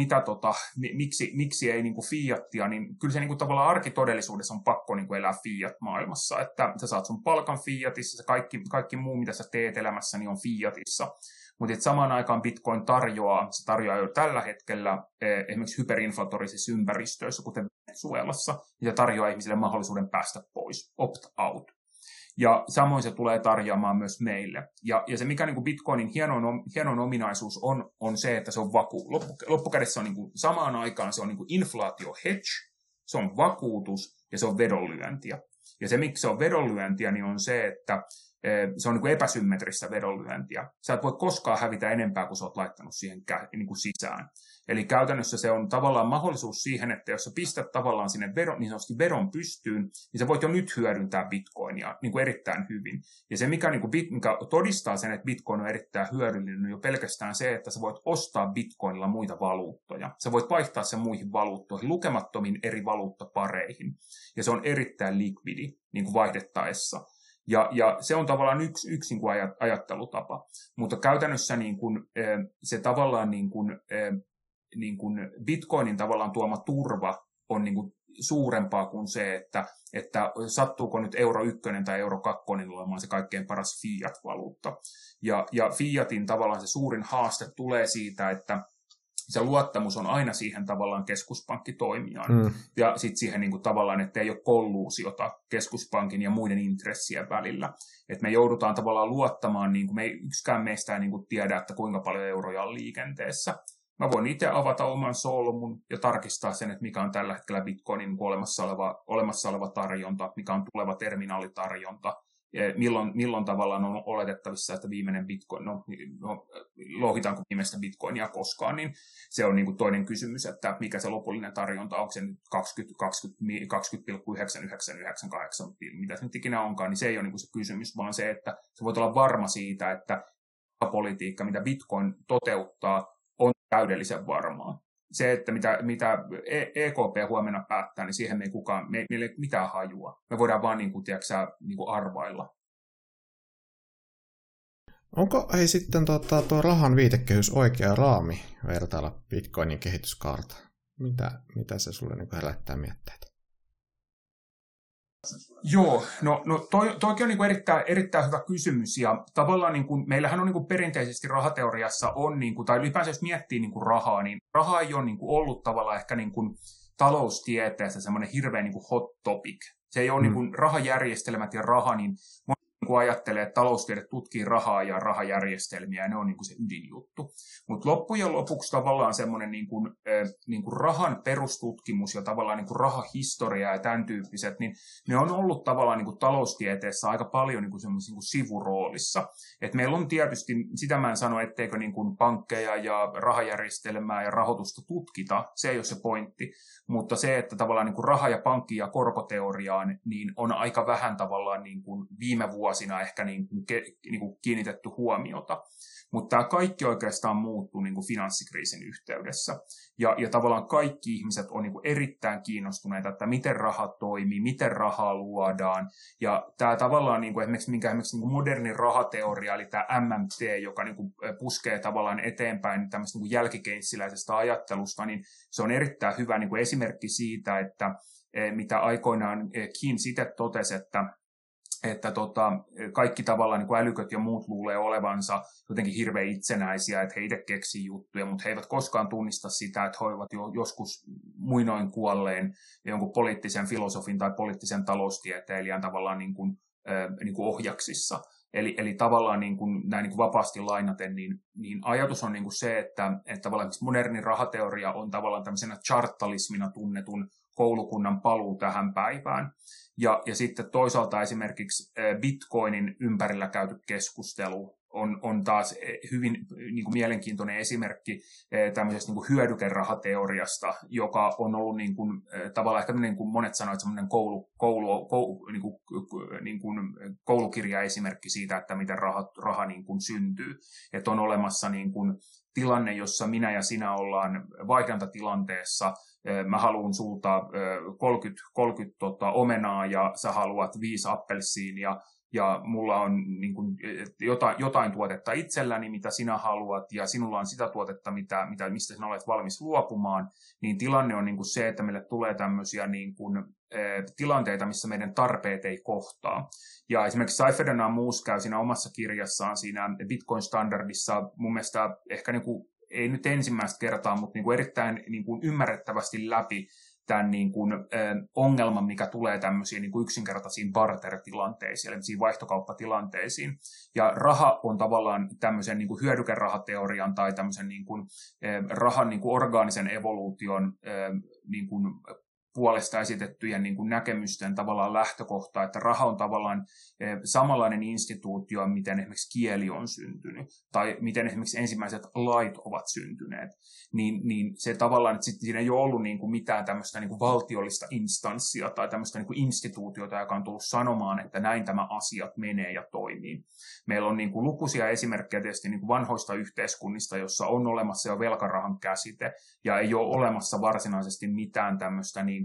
miksi ei niin kuin fiattia, niin kyllä se niin kuin tavallaan arkitodellisuudessa on pakko niin kuin elää fiat-maailmassa, että sä saat sun palkan fiatissa, kaikki muu, mitä sä teet elämässä, niin on fiatissa. Mutta samaan aikaan Bitcoin se tarjoaa jo tällä hetkellä esimerkiksi hyperinflatorisissa ympäristöissä, kuten Venezuelassa, ja tarjoaa ihmisille mahdollisuuden päästä pois, opt-out. Ja samoin se tulee tarjoamaan myös meille. Ja se, mikä niin kuin Bitcoinin hienoin ominaisuus on se, että se on loppukädessä on niin kuin, samaan aikaan se on niin kuin inflaatio hedge, se on vakuutus ja se on vedonlyöntiä. Ja se, miksi se on vedonlyöntiä, niin on se, että se on niin kuin epäsymmetristä vedonlyöntiä. Sä et voi koskaan hävitä enempää, kuin sä oot laittanut siihen niin kuin sisään. Eli käytännössä se on tavallaan mahdollisuus siihen, että jos sä pistät tavallaan sinne niin sanotusti veron pystyyn, niin sä voit jo nyt hyödyntää Bitcoinia niin kuin erittäin hyvin. Ja se, mikä todistaa sen, että Bitcoin on erittäin hyödyllinen, on jo pelkästään se, että sä voit ostaa Bitcoinilla muita valuuttoja. Sä voit vaihtaa sen muihin valuuttoihin, lukemattomiin eri valuuttapareihin. Ja se on erittäin likvidi niin kuin vaihdettaessa. Ja se on tavallaan yksi niin kuin ajattelutapa, mutta käytännössä niin kuin, se tavallaan niin kuin Bitcoinin tavallaan tuoma turva on niin kuin suurempaa kuin se, että sattuuko nyt euro 1 tai euro 2 olemaan se kaikkein paras fiat-valuutta. Ja fiatin tavallaan se suurin haaste tulee siitä, että se luottamus on aina siihen tavallaan keskuspankkitoimijaan. Ja sitten siihen niin kuin tavallaan, että ei ole kolluusiota keskuspankin ja muiden intressien välillä. Että me joudutaan tavallaan luottamaan, niin kuin yksikään meistä ei niin kuin tiedä, että kuinka paljon euroja on liikenteessä. Mä voin itse avata oman solmun ja tarkistaa sen, että mikä on tällä hetkellä Bitcoinin olemassa oleva tarjonta, mikä on tuleva terminaalitarjonta, milloin tavallaan on oletettavissa, että viimeinen Bitcoin, lohitaanko viimeistä Bitcoinia koskaan, niin se on niin kuin toinen kysymys, että mikä se lopullinen tarjonta, onko se nyt 20,99998, mitä se nyt ikinä onkaan, niin se ei ole niin kuin se kysymys, vaan se, että sä voit olla varma siitä, että politiikka, mitä Bitcoin toteuttaa, on täydellisen varmaa. Se, että mitä EKP huomenna päättää, niin siihen meillä ei ole mitään hajua. Me voidaan vaan niin kuin arvailla. Onko ei sitten tuo rahan viitekehys oikea raami vertailla Bitcoinin kehityskaarta? Mitä se sulle niin herättää mietteitä? Joo, no toikin on niin kuin erittäin hyvä kysymys, ja tavallaan niin kuin, meillähän on niin kuin perinteisesti rahateoriassa on, niin kuin, tai ylipäänsä jos miettii niin kuin rahaa, niin raha ei ole niin kuin ollut tavallaan ehkä niin kuin taloustieteessä semmoinen hirveän niin kuin hot topic. Se ei ole niin kuin rahajärjestelmät ja raha, niin kun ajattelee, että taloustiede tutkii rahaa ja rahajärjestelmiä, ja ne on niin kuin se ydinjuttu. Mutta loppujen lopuksi tavallaan semmoinen niin kuin rahan perustutkimus ja tavallaan niin kuin rahahistoria ja tämän tyyppiset, niin ne on ollut tavallaan niin kuin taloustieteessä aika paljon niin kuin semmoisessa niin kuin sivuroolissa. Et meillä on tietysti, sitä mä en sano, etteikö niin kuin pankkeja ja rahajärjestelmää ja rahoitusta tutkita, se ei ole se pointti, mutta se, että tavallaan niin kuin raha- ja pankki- ja korkoteoriaan niin on aika vähän tavallaan niin kuin viime vuosina ehkä niin kuin kiinnitetty huomiota. Mutta tämä kaikki oikeastaan muuttuu niin kuin finanssikriisin yhteydessä. Ja tavallaan kaikki ihmiset on niin kuin erittäin kiinnostuneita, että miten raha toimii, miten rahaa luodaan. Ja tämä tavallaan niin kuin esimerkiksi niin kuin moderni rahateoria, eli tämä MMT, joka niin kuin puskee tavallaan eteenpäin tämmöistä niin kuin jälkikeinsiläisestä ajattelusta, niin se on erittäin hyvä niin kuin esimerkki siitä, että mitä aikoinaan Keynes itse totesi, että kaikki tavallaan niin kuin älyköt ja muut luulee olevansa jotenkin hirveän itsenäisiä, että he itse keksii juttuja, mutta he eivät koskaan tunnista sitä, että he ovat jo joskus muinoin kuolleen jonkun poliittisen filosofin tai poliittisen taloustieteilijän tavallaan niin kuin ohjaksissa. Eli tavallaan niin kuin, näin niin kuin vapaasti lainaten, niin ajatus on niin kuin se, että tavallaan moderni rahateoria on tavallaan tämmöisenä chartalismina tunnetun koulukunnan paluu tähän päivään. Ja sitten toisaalta esimerkiksi Bitcoinin ympärillä käyty keskustelu on taas hyvin niin kuin mielenkiintoinen esimerkki tämmöisestä niin kuin hyödykerahateoriasta, joka on ollut niin kuin, tavallaan ehkä niin kuin monet sanoivat, semmoinen koulukirjaesimerkki siitä, että miten raha niin kuin syntyy. Että on olemassa niin kuin tilanne, jossa minä ja sinä ollaan vaihdantatilanteessa. Mä haluan sulta 30 omenaa ja sä haluat 5 appelsiinia ja mulla on niin kuin jotain tuotetta itselläni, mitä sinä haluat ja sinulla on sitä tuotetta, mistä sinä olet valmis luopumaan, niin tilanne on niin kuin se, että meille tulee tämmöisiä niin kuin, tilanteita, missä meidän tarpeet ei kohtaa. Ja esimerkiksi Seifert and Ammous käy siinä omassa kirjassaan siinä Bitcoin-standardissa mun mielestä ehkä niin kuin ei nyt ensimmäistä kertaa, mutta niin kuin erittäin niin kuin ymmärrettävästi läpi tämän niin kuin, ongelman, mikä tulee tämmöisiin niin kuin yksinkertaisiin barter-tilanteisiin, eli vaihtokauppatilanteisiin. Ja raha on tavallaan tämmöisen niin kuin hyödykerahateorian tai tämmöisen niin kuin, rahan niin kuin orgaanisen evoluution niin kuin puolesta esitettyjen niin kuin näkemysten tavallaan lähtökohta, että raha on tavallaan samanlainen instituutio, miten esimerkiksi kieli on syntynyt, tai miten esimerkiksi ensimmäiset lait ovat syntyneet, niin se tavallaan, että sitten siinä ei ole ollut niin kuin mitään tämmöistä niin kuin valtiollista instanssia tai tämmöistä niin kuin instituutiota, joka on tullut sanomaan, että näin tämä asiat menee ja toimii. Meillä on niin kuin lukuisia esimerkkejä tietysti niin kuin vanhoista yhteiskunnista, jossa on olemassa jo velkarahan käsite, ja ei ole olemassa varsinaisesti mitään tämmöistä niin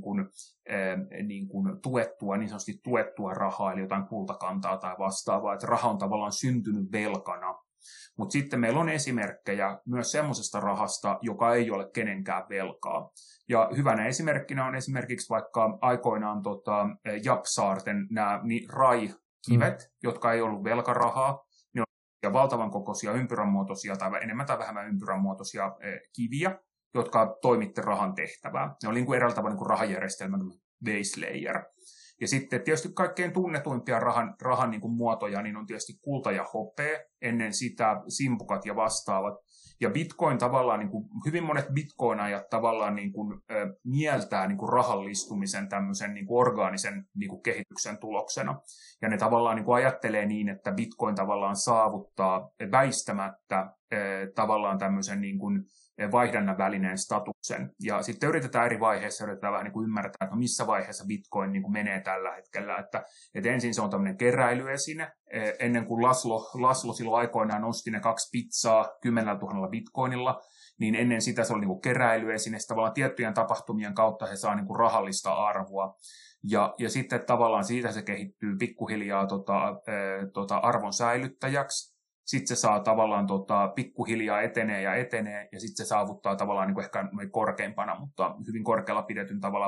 kuin tuettua, niin sanotusti tuettua rahaa, eli jotain kultakantaa tai vastaavaa, että raha on tavallaan syntynyt velkana. Mutta sitten meillä on esimerkkejä myös semmoisesta rahasta, joka ei ole kenenkään velkaa. Ja hyvänä esimerkkinä on esimerkiksi vaikka aikoinaan Japsaarten nämä RAI-kivet, jotka ei ollut velkarahaa. Ne on valtavan kokoisia ympyränmuotoisia tai enemmän tai vähemmän ympyränmuotoisia kiviä, jotka toimitti rahan tehtävää. Ne oli niin kuin eräällä tavalla niin kuin rahajärjestelmän base layer. Ja sitten tietysti kaikkein tunnetuimpia rahan niin kuin muotoja niin on tietysti kulta ja hopea, ennen sitä simpukat ja vastaavat. Ja Bitcoin tavallaan, niin kuin, hyvin monet Bitcoinajat tavallaan niin kuin, mieltää niin kuin rahallistumisen tämmöisen niin kuin orgaanisen niin kuin kehityksen tuloksena. Ja ne tavallaan niin kuin ajattelee niin, että Bitcoin tavallaan saavuttaa väistämättä tavallaan tämmöisen niin kuin vaihdannan välinen statuksen. Ja sitten yritetään eri vaiheissa vähän niin kuin ymmärtää, että missä vaiheessa Bitcoin niin kuin menee tällä hetkellä. Että ensin se on tämmöinen keräilyesine. Ennen kuin Laszlo silloin aikoinaan nosti ne 2 pizzaa 10 000 bitcoinilla, niin ennen sitä se oli niin kuin keräilyesine. Tavallaan tiettyjen tapahtumien kautta he saa niin kuin rahallista arvoa. Ja sitten tavallaan siitä se kehittyy pikkuhiljaa arvon säilyttäjäksi. sitten se saa tavallaan pikkuhiljaa etenee, ja sitten se saavuttaa tavallaan niin kuin ehkä korkeimpana, mutta hyvin korkealla pidetyn tavallaan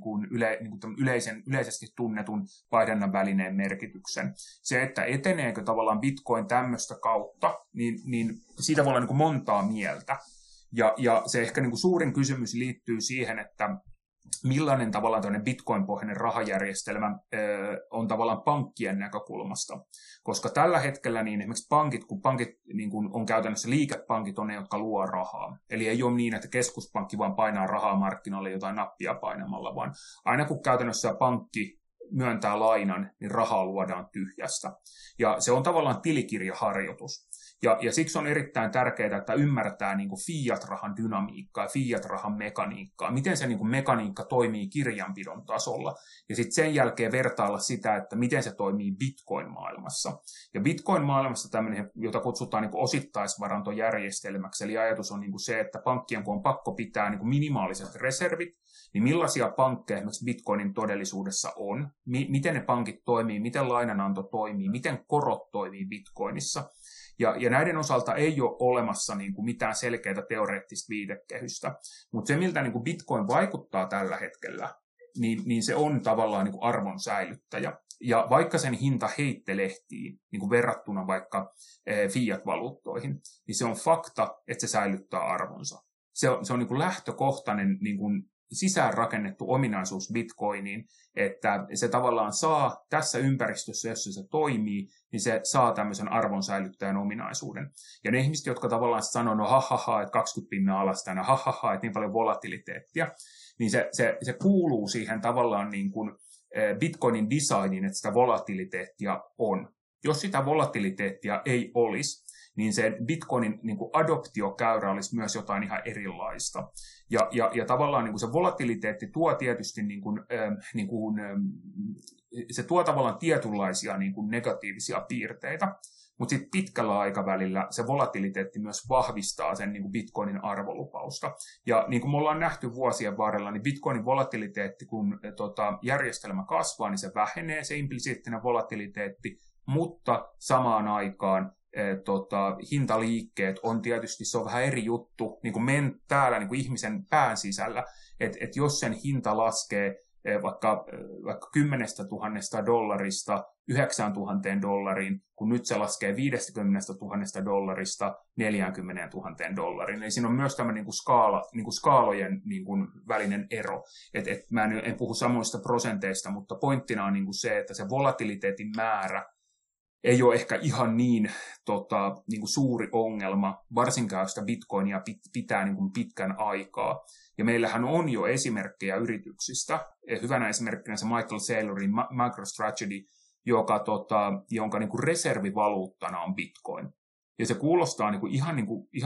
yleisesti tunnetun vaihdannan välineen merkityksen. Se, että eteneekö tavallaan Bitcoin tämmöistä kautta, niin siitä voi olla niin kuin montaa mieltä. Ja se ehkä niin kuin suurin kysymys liittyy siihen, että millainen tavallaan tämmöinen Bitcoin-pohjainen rahajärjestelmä on tavallaan pankkien näkökulmasta. Koska tällä hetkellä niin esimerkiksi pankit niin kuin on käytännössä liikepankit on ne, jotka luo rahaa. Eli ei ole niin, että keskuspankki vaan painaa rahaa markkinoille jotain nappia painamalla, vaan aina kun käytännössä pankki myöntää lainan, niin rahaa luodaan tyhjästä. Ja se on tavallaan tilikirjaharjoitus. Ja siksi on erittäin tärkeää, että ymmärtää niin kuin fiat-rahan dynamiikkaa ja fiat-rahan mekaniikkaa, miten se niin kuin mekaniikka toimii kirjanpidon tasolla. Ja sitten sen jälkeen vertailla sitä, että miten se toimii Bitcoin-maailmassa. Ja Bitcoin-maailmassa tämmöinen, jota kutsutaan niin kuin osittaisvarantojärjestelmäksi, eli ajatus on niin kuin se, että pankkien kun on pakko pitää niin kuin minimaaliset reservit, niin millaisia pankkeja esimerkiksi Bitcoinin todellisuudessa on, miten ne pankit toimii, miten lainananto toimii, miten korot toimii Bitcoinissa. Ja näiden osalta ei ole olemassa niin kuin mitään selkeää teoreettista viitekehystä, mutta se, miltä niin kuin Bitcoin vaikuttaa tällä hetkellä, niin se on tavallaan niin kuin arvon säilyttäjä. Ja vaikka sen hinta heittelehtii niin kuin verrattuna vaikka fiat-valuuttoihin, niin se on fakta, että se säilyttää arvonsa. Se on niin kuin lähtökohtainen niin kuin sisäänrakennettu ominaisuus Bitcoiniin, että se tavallaan saa tässä ympäristössä, jossa se toimii, niin se saa tämmöisen arvonsäilyttäjän ominaisuuden. Ja ne ihmiset, jotka tavallaan sanoo, no että 20% alas tänä, että niin paljon volatiliteettia, niin se kuuluu siihen tavallaan niin kuin Bitcoinin designiin, että sitä volatiliteettia on. Jos sitä volatiliteettia ei olisi, niin se Bitcoinin niin kuin adoptiokäyrä olisi myös jotain ihan erilaista. Ja tavallaan niin kuin se volatiliteetti tuo tietysti se tuo tavallaan tietynlaisia niin kuin negatiivisia piirteitä, mutta sitten pitkällä aikavälillä se volatiliteetti myös vahvistaa sen niin kuin Bitcoinin arvolupausta. Ja niin kuin me ollaan nähty vuosien varrella, niin Bitcoinin volatiliteetti, kun järjestelmä kasvaa, niin se vähenee, se implisiittinen volatiliteetti, mutta samaan aikaan hintaliikkeet on tietysti, se on vähän eri juttu niin kuin täällä niin kuin ihmisen pään sisällä, että jos sen hinta laskee vaikka 10 000 dollarista 9 000 dollariin, kun nyt se laskee 50 000 dollarista 40 000 dollariin. Eli siinä on myös tämmöinen niin kuin skaalojen niin kuin välinen ero. Mä en puhu samoista prosenteista, mutta pointtina on niin kuin se, että se volatiliteetin määrä ei ole ehkä ihan niin kuin suuri ongelma, varsinkaan jos sitä Bitcoinia pitää niin kuin pitkän aikaa. Ja meillähän on jo esimerkkejä yrityksistä. Hyvänä esimerkkinä se Michael Saylorin MicroStrategy, jonka niin kuin reservivaluuttana on Bitcoin. Ja se kuulostaa ihan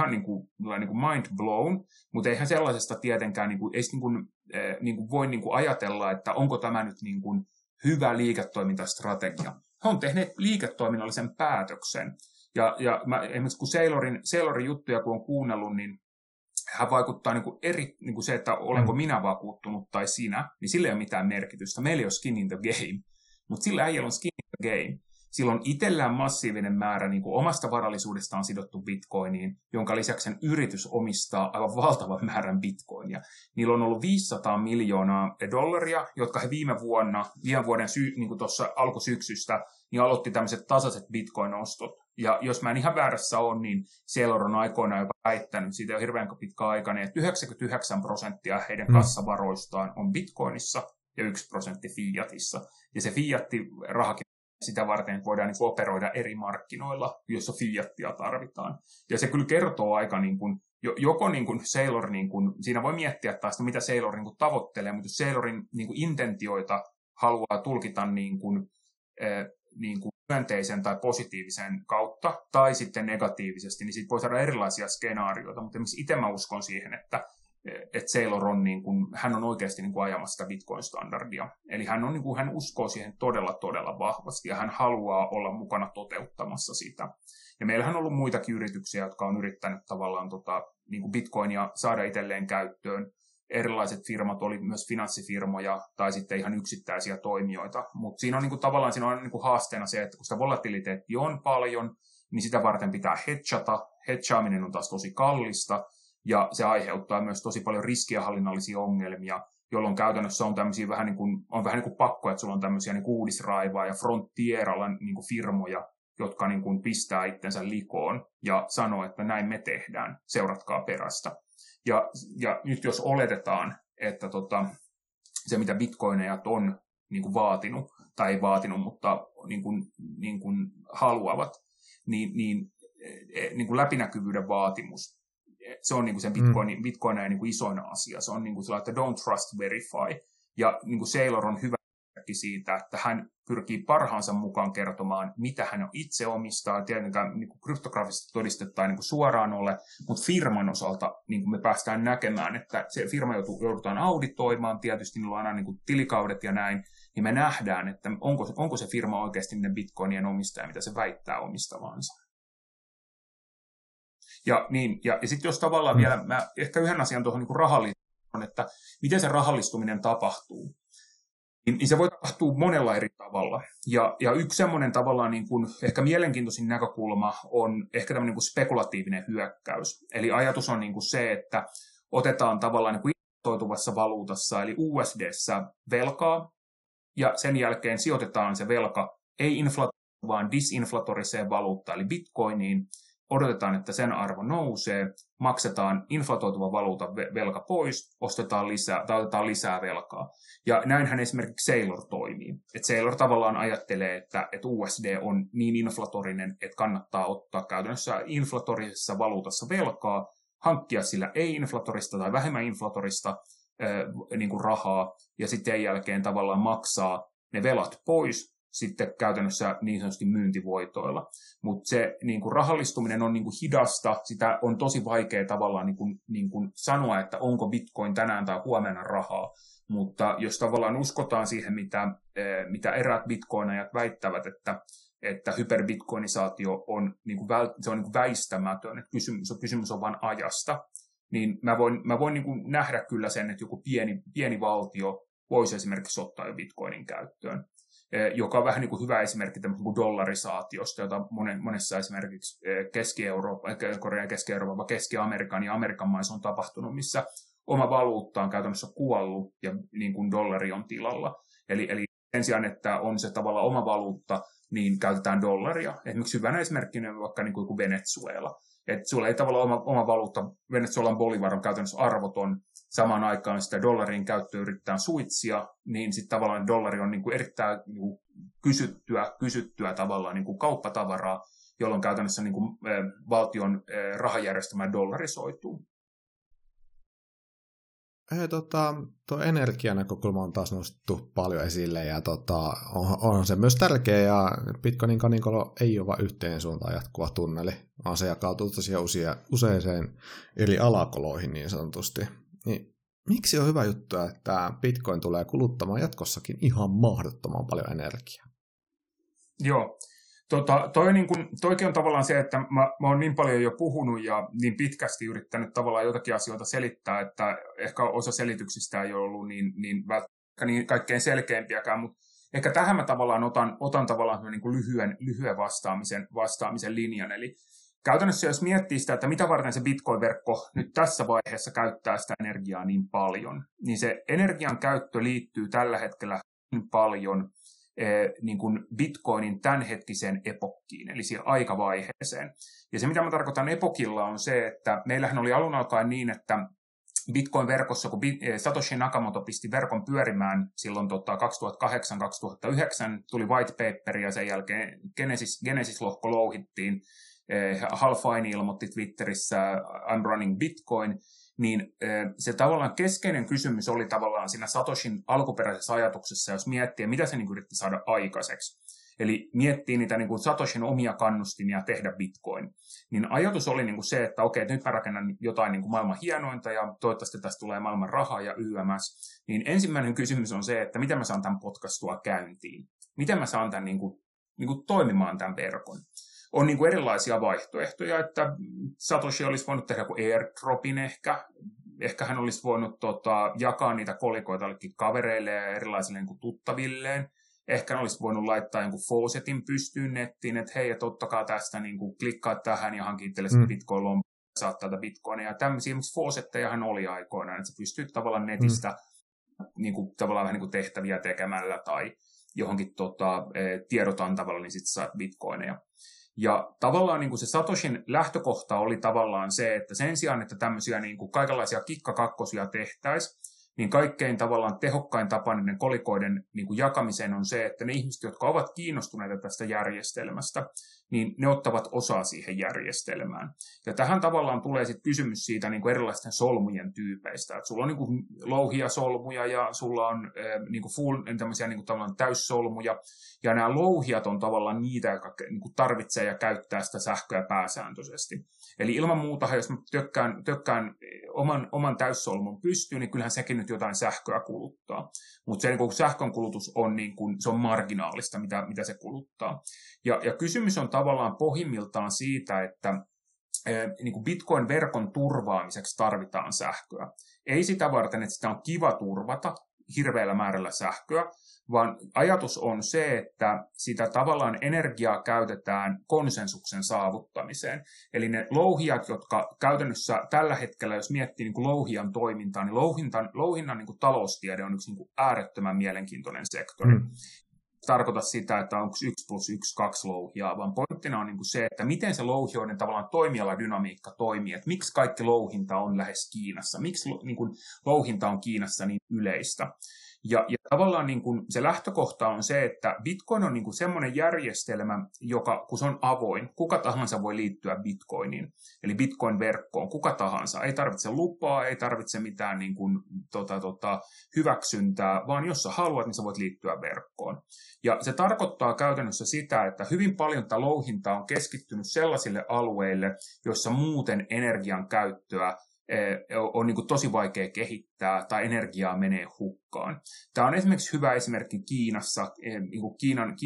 mind blown, mutta eihän sellaisesta tietenkään voi niin kuin ajatella, että onko tämä nyt niin kuin hyvä liiketoimintastrategia. He on tehneet liiketoiminnallisen päätöksen. Ja esimerkiksi kun Saylorin juttuja kun on kuunnellut, niin hän vaikuttaa niin kuin se, että olenko minä vakuuttunut tai sinä, niin sillä ei ole mitään merkitystä. Meillä ei ole skin in the game, mutta sillä ei ole skin in the game. Sillä on itsellään massiivinen määrä niin kuin omasta varallisuudestaan sidottu Bitcoiniin, jonka lisäksi sen yritys omistaa aivan valtavan määrän Bitcoinia. Niillä on ollut $500 miljoonaa, jotka he viime vuoden niin kuin tuossa alkusyksystä, niin aloitti tämmöiset tasaiset Bitcoin-ostot. Ja jos mä en ihan väärässä ole, niin Saylor on aikoinaan jopa väittänyt, siitä on hirveän pitkä aikana, että 99% heidän kassavaroistaan on Bitcoinissa ja 1% fiatissa. Ja se fiatti-rahakin sitä varten, että voidaan niin operoida eri markkinoilla, joissa fiattia tarvitaan. Ja se kyllä kertoo aika, niin kuin, joko niin kuin Saylor, niin kuin, siinä voi miettiä taas, mitä Saylor niin kuin tavoittelee, mutta jos Saylorin niin kuin intentioita haluaa tulkita niin kuin myönteisen tai positiivisen kautta, tai sitten negatiivisesti, niin siitä voi saada erilaisia skenaarioita, mutta itse mä uskon siihen, että Saylor on, niin kuin, hän on oikeasti niin kuin ajamassa sitä Bitcoin-standardia. Eli hän uskoo siihen todella vahvasti, ja hän haluaa olla mukana toteuttamassa sitä. Ja meillähän on ollut muitakin yrityksiä, jotka on yrittänyt tavallaan niin kuin Bitcoinia saada itselleen käyttöön. Erilaiset firmat oli myös finanssifirmoja tai sitten ihan yksittäisiä toimijoita, mutta siinä on niin kuin, tavallaan siinä on niin kuin haasteena se, että kun sitä volatiliteettia on paljon, niin sitä varten pitää hedgata. Hedgaaminen on taas tosi kallista, ja se aiheuttaa myös tosi paljon riskienhallinnallisia ongelmia, jolloin käytännössä on tämmöisiä vähän niin kuin pakko, että sulla on tämmöisiä niin kuin Uudisraivaa ja Frontieralla niin kuin firmoja, jotka niin kuin pistää itsensä likoon ja sanoo, että näin me tehdään, seuratkaa perästä. Ja nyt jos oletetaan, että se mitä bitcoinejat on niin kuin vaatinut, tai ei vaatinut, mutta niin kuin haluavat, niin kuin läpinäkyvyyden vaatimus, se on niin kuin sen bitcoinin niin kuin isoin asia. Se on niin kuin sellainen, että don't trust, verify. Ja niin kuin Saylor on hyvä siitä, että hän pyrkii parhaansa mukaan kertomaan, mitä hän itse omistaa. Tietenkään niin kuin kryptografista todistetta ei niin kuin suoraan ole, mutta firman osalta niin kuin me päästään näkemään, että se firma joudutaan auditoimaan, tietysti niillä on aina niin kuin tilikaudet ja näin, niin me nähdään, että onko se firma oikeasti niiden bitcoinien omistaja, mitä se väittää omistavansa. Ja sitten jos tavallaan vielä, mä ehkä yhden asian tuohon niin rahallisuuteen, että miten se rahallistuminen tapahtuu, niin se voi tapahtua monella eri tavalla. Ja yksi semmoinen tavallaan niin kuin ehkä mielenkiintoisin näkökulma on ehkä tämmöinen niin kuin spekulatiivinen hyökkäys. Eli ajatus on niin kuin se, että otetaan tavallaan niin kuin investoituvassa valuutassa, eli USD:ssä velkaa, ja sen jälkeen sijoitetaan se velka ei vaan disinflatoriseen valuuttaan, eli bitcoiniin, odotetaan, että sen arvo nousee, maksetaan inflatoituva valuutan velka pois, otetaan lisää velkaa. Ja näinhän esimerkiksi Saylor toimii. Et Saylor tavallaan ajattelee, että USD on niin inflatorinen, että kannattaa ottaa käytännössä inflatorisessa valuutassa velkaa, hankkia sillä ei-inflatorista tai vähemmän inflatorista niin kuin rahaa, ja sitten sen jälkeen tavallaan maksaa ne velat pois, sitten käytännössä niin sanotusti myyntivoitoilla. Mutta se niin kuin rahallistuminen on niin kuin hidasta, sitä on tosi vaikea tavallaan niin kuin sanoa, että onko bitcoin tänään tai huomenna rahaa. Mutta jos tavallaan uskotaan siihen, mitä eräät bitcoinajat väittävät, että hyperbitcoinisaatio on, niin kuin se on niin kuin väistämätön, että kysymys on vain ajasta, niin mä voin niin kuin nähdä kyllä sen, että joku pieni valtio voisi esimerkiksi ottaa jo bitcoinin käyttöön, joka on vähän niin kuin hyvä esimerkki tämmöisen dollarisaatiosta, jota monessa esimerkiksi Keski-Amerikan ja Amerikan maissa on tapahtunut, missä oma valuutta on käytännössä kuollut ja niin kuin dollari on tilalla. Eli sen sijaan, että on se tavallaan oma valuutta, niin käytetään dollaria. Esimerkiksi hyvänä esimerkkinä on vaikka niin kuin Venezuela. Että sulla ei tavallaan oma valuutta, Venezuelan bolivar on käytännössä arvoton, samaan aikaan sitä dollarin käyttöä yritetään suitsia, niin sitten tavallaan dollari on niin kuin erittäin niin kuin kysyttyä tavallaan niin kuin kauppatavaraa, jolloin käytännössä niin kuin valtion rahajärjestelmä dollarisoituu. Tuo energianäkökulma on taas nostettu paljon esille ja on se myös tärkeä ja Bitcoinin kaninkolo ei ole vain yhteen suuntaan jatkuva tunneli, vaan se jakautuu tosiaan useiseen eri alakoloihin niin sanotusti. Niin, miksi on hyvä juttu, että Bitcoin tulee kuluttamaan jatkossakin ihan mahdottoman paljon energiaa? Joo. Toikin on tavallaan se, että mä oon niin paljon jo puhunut ja niin pitkästi yrittänyt tavallaan jotakin asioita selittää, että ehkä osa selityksistä ei ole ollut niin kaikkein selkeämpiäkään, mutta ehkä tähän mä tavallaan otan tavallaan niin kuin lyhyen vastaamisen linjan. Eli käytännössä jos miettii sitä, että mitä varten se Bitcoin-verkko nyt tässä vaiheessa käyttää sitä energiaa niin paljon, niin se energian käyttö liittyy tällä hetkellä niin paljon niin kuin Bitcoinin tämänhetkiseen epokkiin, eli siihen aikavaiheeseen. Ja se, mitä mä tarkoitan epokilla, on se, että meillähän oli alun alkaen niin, että Bitcoin-verkossa, kun Satoshi Nakamoto pisti verkon pyörimään silloin 2008-2009, tuli white paper ja sen jälkeen Genesis-lohko louhittiin. Hal Finney ilmoitti Twitterissä I'm running Bitcoin, niin se tavallaan keskeinen kysymys oli tavallaan siinä Satoshin alkuperäisessä ajatuksessa, jos miettii, mitä se niin yritti saada aikaiseksi. Eli miettii niitä niin kuin Satoshin omia kannustimia tehdä Bitcoin. Niin ajatus oli niin kuin se, että okei, nyt mä rakennan jotain niin kuin maailman hienointa ja toivottavasti tästä tulee maailman rahaa ja YMS. Niin ensimmäinen kysymys on se, että miten mä saan tämän podcastua käyntiin. Miten mä saan tämän niin kuin toimimaan tämän verkon. On niin kuin erilaisia vaihtoehtoja, että Satoshi olisi voinut tehdä kuin airdropin ehkä. Ehkä hän olisi voinut jakaa niitä kolikoita kavereille ja erilaisille niin kuin tuttavilleen. Ehkä ne olisi voinut laittaa jonkun faucetin pystyyn nettiin, että hei, et ottakaa tästä, niin kuin, klikkaa tähän ja hankin itsellesi Bitcoin-lompa, saat täältä Bitcoinia. Ja tämmöisiä faucettejahan oli aikoinaan, että sä pystyt tavallaan netistä niin kuin, tavallaan vähän niin kuin tehtäviä tekemällä tai johonkin tiedot antavalla, niin sitten saat Bitcoineja. Ja tavallaan niin kuin se Satoshin lähtökohta oli tavallaan se, että sen sijaan, että tämmöisiä niin kuin kaikenlaisia kikkakakkosia tehtäisiin, niin kaikkein tavallaan tehokkain tapa niiden kolikoiden niin kuin jakamiseen on se, että ne ihmiset, jotka ovat kiinnostuneita tästä järjestelmästä, niin ne ottavat osaa siihen järjestelmään. Ja tähän tavallaan tulee sitten kysymys siitä niin kuin erilaisten solmujen tyypeistä. Että sulla on niin kuin louhia solmuja ja sulla on niin kuin full, tämmöisiä niin kuin tavallaan täyssolmuja. Ja nämä louhijat on tavallaan niitä, jotka niin kuin tarvitsee ja käyttää sitä sähköä pääsääntöisesti. Eli ilman muuta, jos mä tökkään oman täyssolmun pystyyn, niin kyllähän sekin nyt jotain sähköä kuluttaa. Mutta se niin sähkön kulutus on, niin kuin, se on marginaalista, mitä se kuluttaa. Ja kysymys on tavallaan pohjimmiltaan siitä, että niin kuin Bitcoin-verkon turvaamiseksi tarvitaan sähköä. Ei sitä varten, että sitä on kiva turvata hirveällä määrällä sähköä, vaan ajatus on se, että sitä tavallaan energiaa käytetään konsensuksen saavuttamiseen. Eli ne louhijat, jotka käytännössä tällä hetkellä, jos miettii niin kuin louhijan toimintaa, niin louhinnan niin kuin taloustiede on yksi niin kuin äärettömän mielenkiintoinen sektori. Tarkoita sitä, että onko 1 + 1 2 louhijaa, vaan pointtina on niin kuin se, että miten se louhijoiden tavallaan toimialadynamiikka toimii, että miksi kaikki louhinta on lähes Kiinassa, miksi niin kuin louhinta on Kiinassa niin yleistä. Ja tavallaan niin kuin se lähtökohta on se, että Bitcoin on niin kuin semmoinen järjestelmä, joka, kun se on avoin, kuka tahansa voi liittyä Bitcoiniin, eli Bitcoin-verkkoon, kuka tahansa. Ei tarvitse lupaa, ei tarvitse mitään niin kuin, hyväksyntää, vaan jos sä haluat, niin sä voit liittyä verkkoon. Ja se tarkoittaa käytännössä sitä, että hyvin paljon tätä louhintaa on keskittynyt sellaisille alueille, joissa muuten energian käyttöä on niin kuin tosi vaikea kehittää tai energiaa menee hukkaan. Tämä on esimerkiksi hyvä esimerkki Kiinassa, niin kuin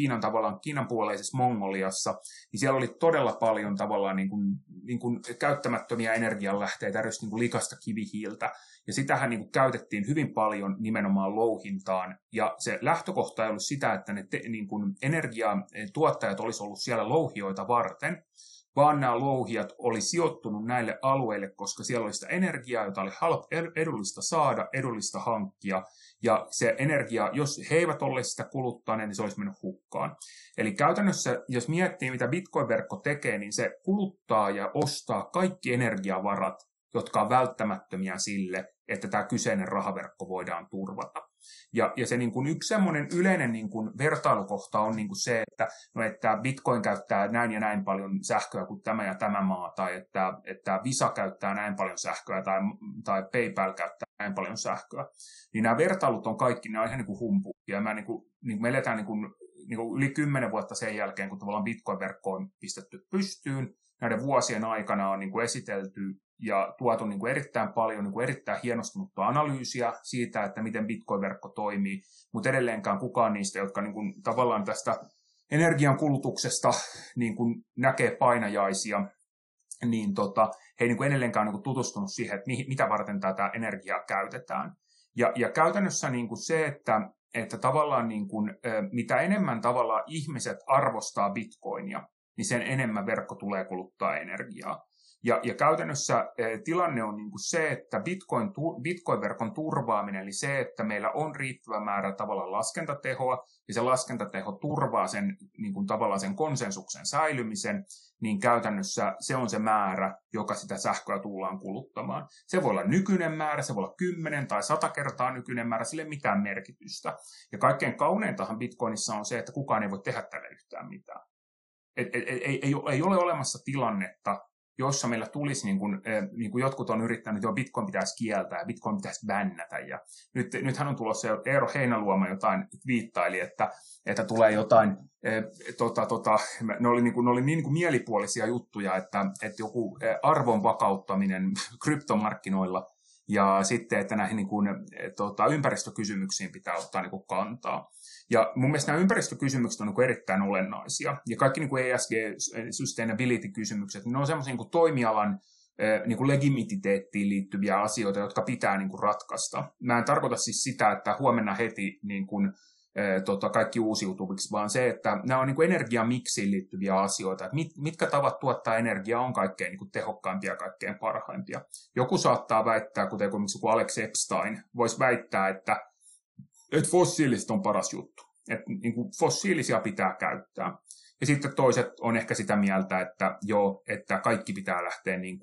Kiinan puoleisessa Mongoliassa, niin siellä oli todella paljon tavallaan niin kuin käyttämättömiä energianlähteitä, erityisesti niin kuin likasta kivihiiltä, ja sitähän niin kuin käytettiin hyvin paljon nimenomaan louhintaan, ja se lähtökohta ei ollut sitä, että ne niin kuin energiatuottajat olisi ollut siellä louhijoita varten, vaan nämä louhijat oli sijoittunut näille alueille, koska siellä oli sitä energiaa, jota oli edullista saada, edullista hankkia, ja se energia, jos he eivät ole sitä kuluttaneet, niin se olisi mennyt hukkaan. Eli käytännössä, jos miettii, mitä Bitcoin-verkko tekee, niin se kuluttaa ja ostaa kaikki energiavarat, jotka on välttämättömiä sille, että tämä kyseinen rahaverkko voidaan turvata. Ja se niin kuin yksi semmoinen yleinen niin kuin vertailukohta on niin kuin se, että Bitcoin käyttää näin ja näin paljon sähköä kuin tämä ja tämä maa, tai että Visa käyttää näin paljon sähköä, tai PayPal käyttää näin paljon sähköä. Niin nämä vertailut on kaikki, ne on ihan niin kuin humpuukia. Me eletään niin kuin yli 10 vuotta sen jälkeen, kun tavallaan Bitcoin-verkko on pistetty pystyyn. Näiden vuosien aikana on niin kuin esitelty ja tuotu niin kuin erittäin paljon niin kuin erittäin hienostunutta analyysiä siitä, että miten Bitcoin-verkko toimii, mutta edelleenkään kukaan niistä, jotka niin kuin tavallaan tästä energiankulutuksesta niin kuin näkee painajaisia, niin he ei niin kuin edelleenkaan niin kuin tutustunut siihen, että mitä varten tätä energiaa käytetään. Ja käytännössä niin kuin se, että tavallaan niin kuin, mitä enemmän tavallaan ihmiset arvostaa Bitcoinia, niin sen enemmän verkko tulee kuluttaa energiaa. Ja käytännössä tilanne on niin kuin se, että Bitcoin-verkon turvaaminen, eli se, että meillä on riittävä määrä tavallaan laskentatehoa, ja se laskentateho turvaa sen, niin kuin tavallaan sen konsensuksen säilymisen, niin käytännössä se on se määrä, joka sitä sähköä tullaan kuluttamaan. Se voi olla nykyinen määrä, se voi olla 10 tai 100 kertaa nykyinen määrä, sille ei mitään merkitystä. Ja kaikkein kauneintahan Bitcoinissa on se, että kukaan ei voi tehdä tälle yhtään mitään. Ei ole olemassa tilannetta, jossa meillä tulisi, niin kuin jotkut on yrittänyt, että Bitcoin pitäisi kieltää ja Bitcoin pitäisi bännätä. Ja nythän on tulossa jo Eero Heinäluoma jotain viittaili, että tulee jotain, ne oli niin kuin mielipuolisia juttuja, että joku arvon vakauttaminen kryptomarkkinoilla ja sitten, että näihin niin kuin, ympäristökysymyksiin pitää ottaa niin kuin kantaa. Ja mun mielestä nämä ympäristökysymykset on niin kuin erittäin olennaisia. Ja kaikki niin kuin ESG, sustainability-kysymykset, niin ne on semmoisia niin kuin toimialan niin kuin legitimiteettiin liittyviä asioita, jotka pitää niin kuin ratkaista. Mä en tarkoita siis sitä, että huomenna heti niin kuin kaikki uusiutuviksi, vaan se, että nämä on niin kuin energiamiksiin liittyviä asioita, että mitkä tavat tuottaa energiaa on kaikkein niin kuin tehokkaimpia ja kaikkein parhaimpia. Joku saattaa väittää, kuten esimerkiksi joku Alex Epstein voisi väittää, että fossiiliset on paras juttu, että niin kuin fossiilisia pitää käyttää. Ja sitten toiset on ehkä sitä mieltä, että joo, että kaikki pitää lähteä niin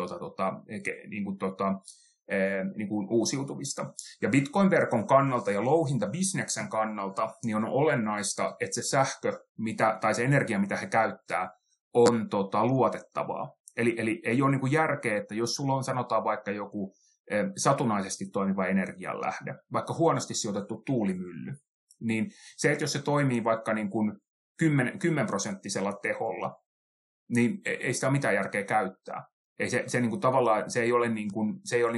kuin uusiutuvista. Ja Bitcoin-verkon kannalta ja louhintabisneksen kannalta niin on olennaista, että se sähkö tai se energia, mitä he käyttää, on luotettavaa. Eli ei ole niin kuin järkeä, että jos sulla on sanotaan vaikka joku satunnaisesti toimiva energianlähde, vaikka huonosti sijoitettu tuulimylly, niin se, että jos se toimii vaikka niin kuin 10% teholla, niin ei sitä ole mitään järkeä käyttää. Ei se niin kuin tavallaan se ei ole niin kuin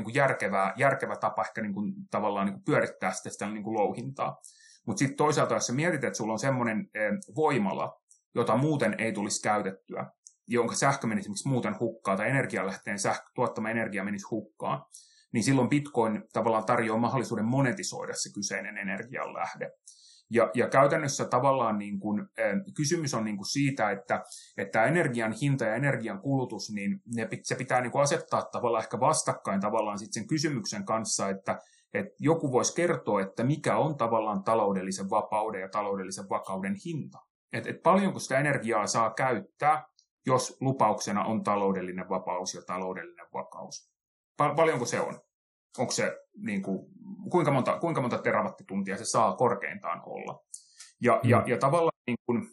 järkevä tapa ehkä niin kuin tavallaan niin kuin pyörittää sitä niin kuin louhintaa. Mutta sitten toisaalta jos sä mietit, että sulla on semmoinen voimala, jota muuten ei tulisi käytettyä, jonka sähkö menisi esimerkiksi muuten hukkaan tai energialähteen tuottama energia menisi hukkaan, niin silloin Bitcoin tavallaan tarjoaa mahdollisuuden monetisoida se kyseinen energianlähde. Ja käytännössä tavallaan niin kuin, kysymys on niin kuin siitä, että energian hinta ja energian kulutus, niin se pitää niin kuin asettaa tavallaan ehkä vastakkain tavallaan sit sen kysymyksen kanssa, että joku voisi kertoa, että mikä on tavallaan taloudellisen vapauden ja taloudellisen vakauden hinta. Että paljonko sitä energiaa saa käyttää, jos lupauksena on taloudellinen vapaus ja taloudellinen vakaus. Paljonko se on? Onko se, niin kuin, kuinka monta terawattituntia se saa korkeintaan olla? Ja tavallaan niin kuin,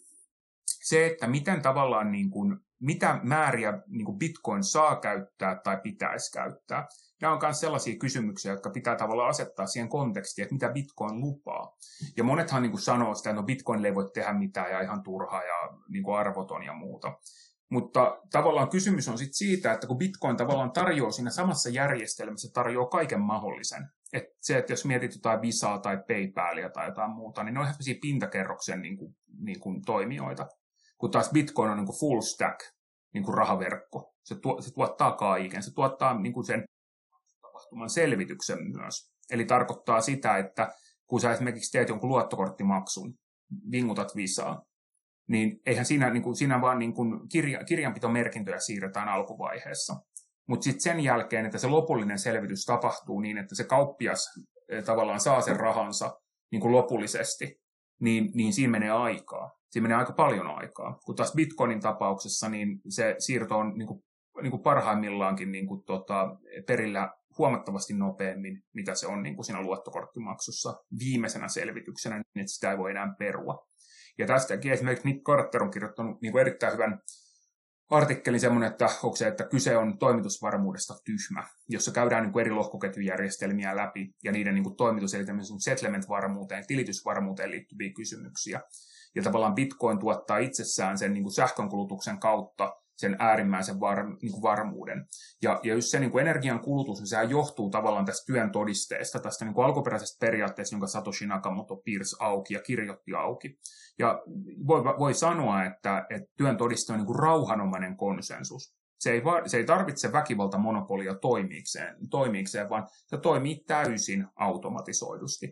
se, että miten tavallaan, niin kuin, mitä määriä niin kuin Bitcoin saa käyttää tai pitäisi käyttää, nämä on myös sellaisia kysymyksiä, jotka pitää tavallaan asettaa siihen kontekstiin, että mitä Bitcoin lupaa. Ja monethan niin kuin sanoo sitä, että no Bitcoinille ei voi tehdä mitään ja ihan turha ja niin kuin arvoton ja muuta. Mutta tavallaan kysymys on sitten siitä, että kun Bitcoin tavallaan tarjoaa siinä samassa järjestelmässä, tarjoaa kaiken mahdollisen. Että se, että jos mietit jotain Visaa tai PayPalia tai jotain muuta, niin ne on ihan sellaisia pintakerroksen niin kuin toimijoita. Kun taas Bitcoin on niin kuin full stack, niin kuin rahaverkko. Se tuottaa kaiken. Se tuottaa niin kuin sen tapahtuman selvityksen myös. Eli tarkoittaa sitä, että kun sä esimerkiksi teet jonkun luottokorttimaksun, vingutat Visaa, niin eihän siinä vaan niin kuin kirjanpitomerkintöjä siirretään alkuvaiheessa. Mutta sitten sen jälkeen, että se lopullinen selvitys tapahtuu niin, että se kauppias tavallaan saa sen rahansa niin kuin lopullisesti, niin siinä menee aikaa. Siinä menee aika paljon aikaa. Kun taas Bitcoinin tapauksessa, niin se siirto on niin kuin parhaimmillaankin niin kuin perillä huomattavasti nopeammin, mitä se on niin kuin siinä luottokorttimaksussa viimeisenä selvityksenä, niin että sitä ei voi enää perua. Ja tästäkin esimerkiksi Nick Carter on kirjoittanut niin kuin erittäin hyvän artikkelin semmoinen, että kyse on toimitusvarmuudesta tyhmä, jossa käydään niin kuin eri lohkoketjujärjestelmiä läpi ja niiden niin kuin toimitus- eli settlement-varmuuteen, tilitysvarmuuteen liittyviä kysymyksiä. Ja tavallaan Bitcoin tuottaa itsessään sen niin kuin sähkönkulutuksen kautta sen äärimmäisen niin kuin varmuuden. Ja just se niin kuin energian kulutus, niin sehän johtuu tavallaan tästä työn todisteesta, tästä niin kuin alkuperäisestä periaatteesta, jonka Satoshi Nakamoto piirsi auki ja kirjoitti auki. Ja voi sanoa, että työn todiste on niin kuin rauhanomainen konsensus. Se ei tarvitse väkivaltamonopolia toimiikseen, vaan se toimii täysin automatisoidusti.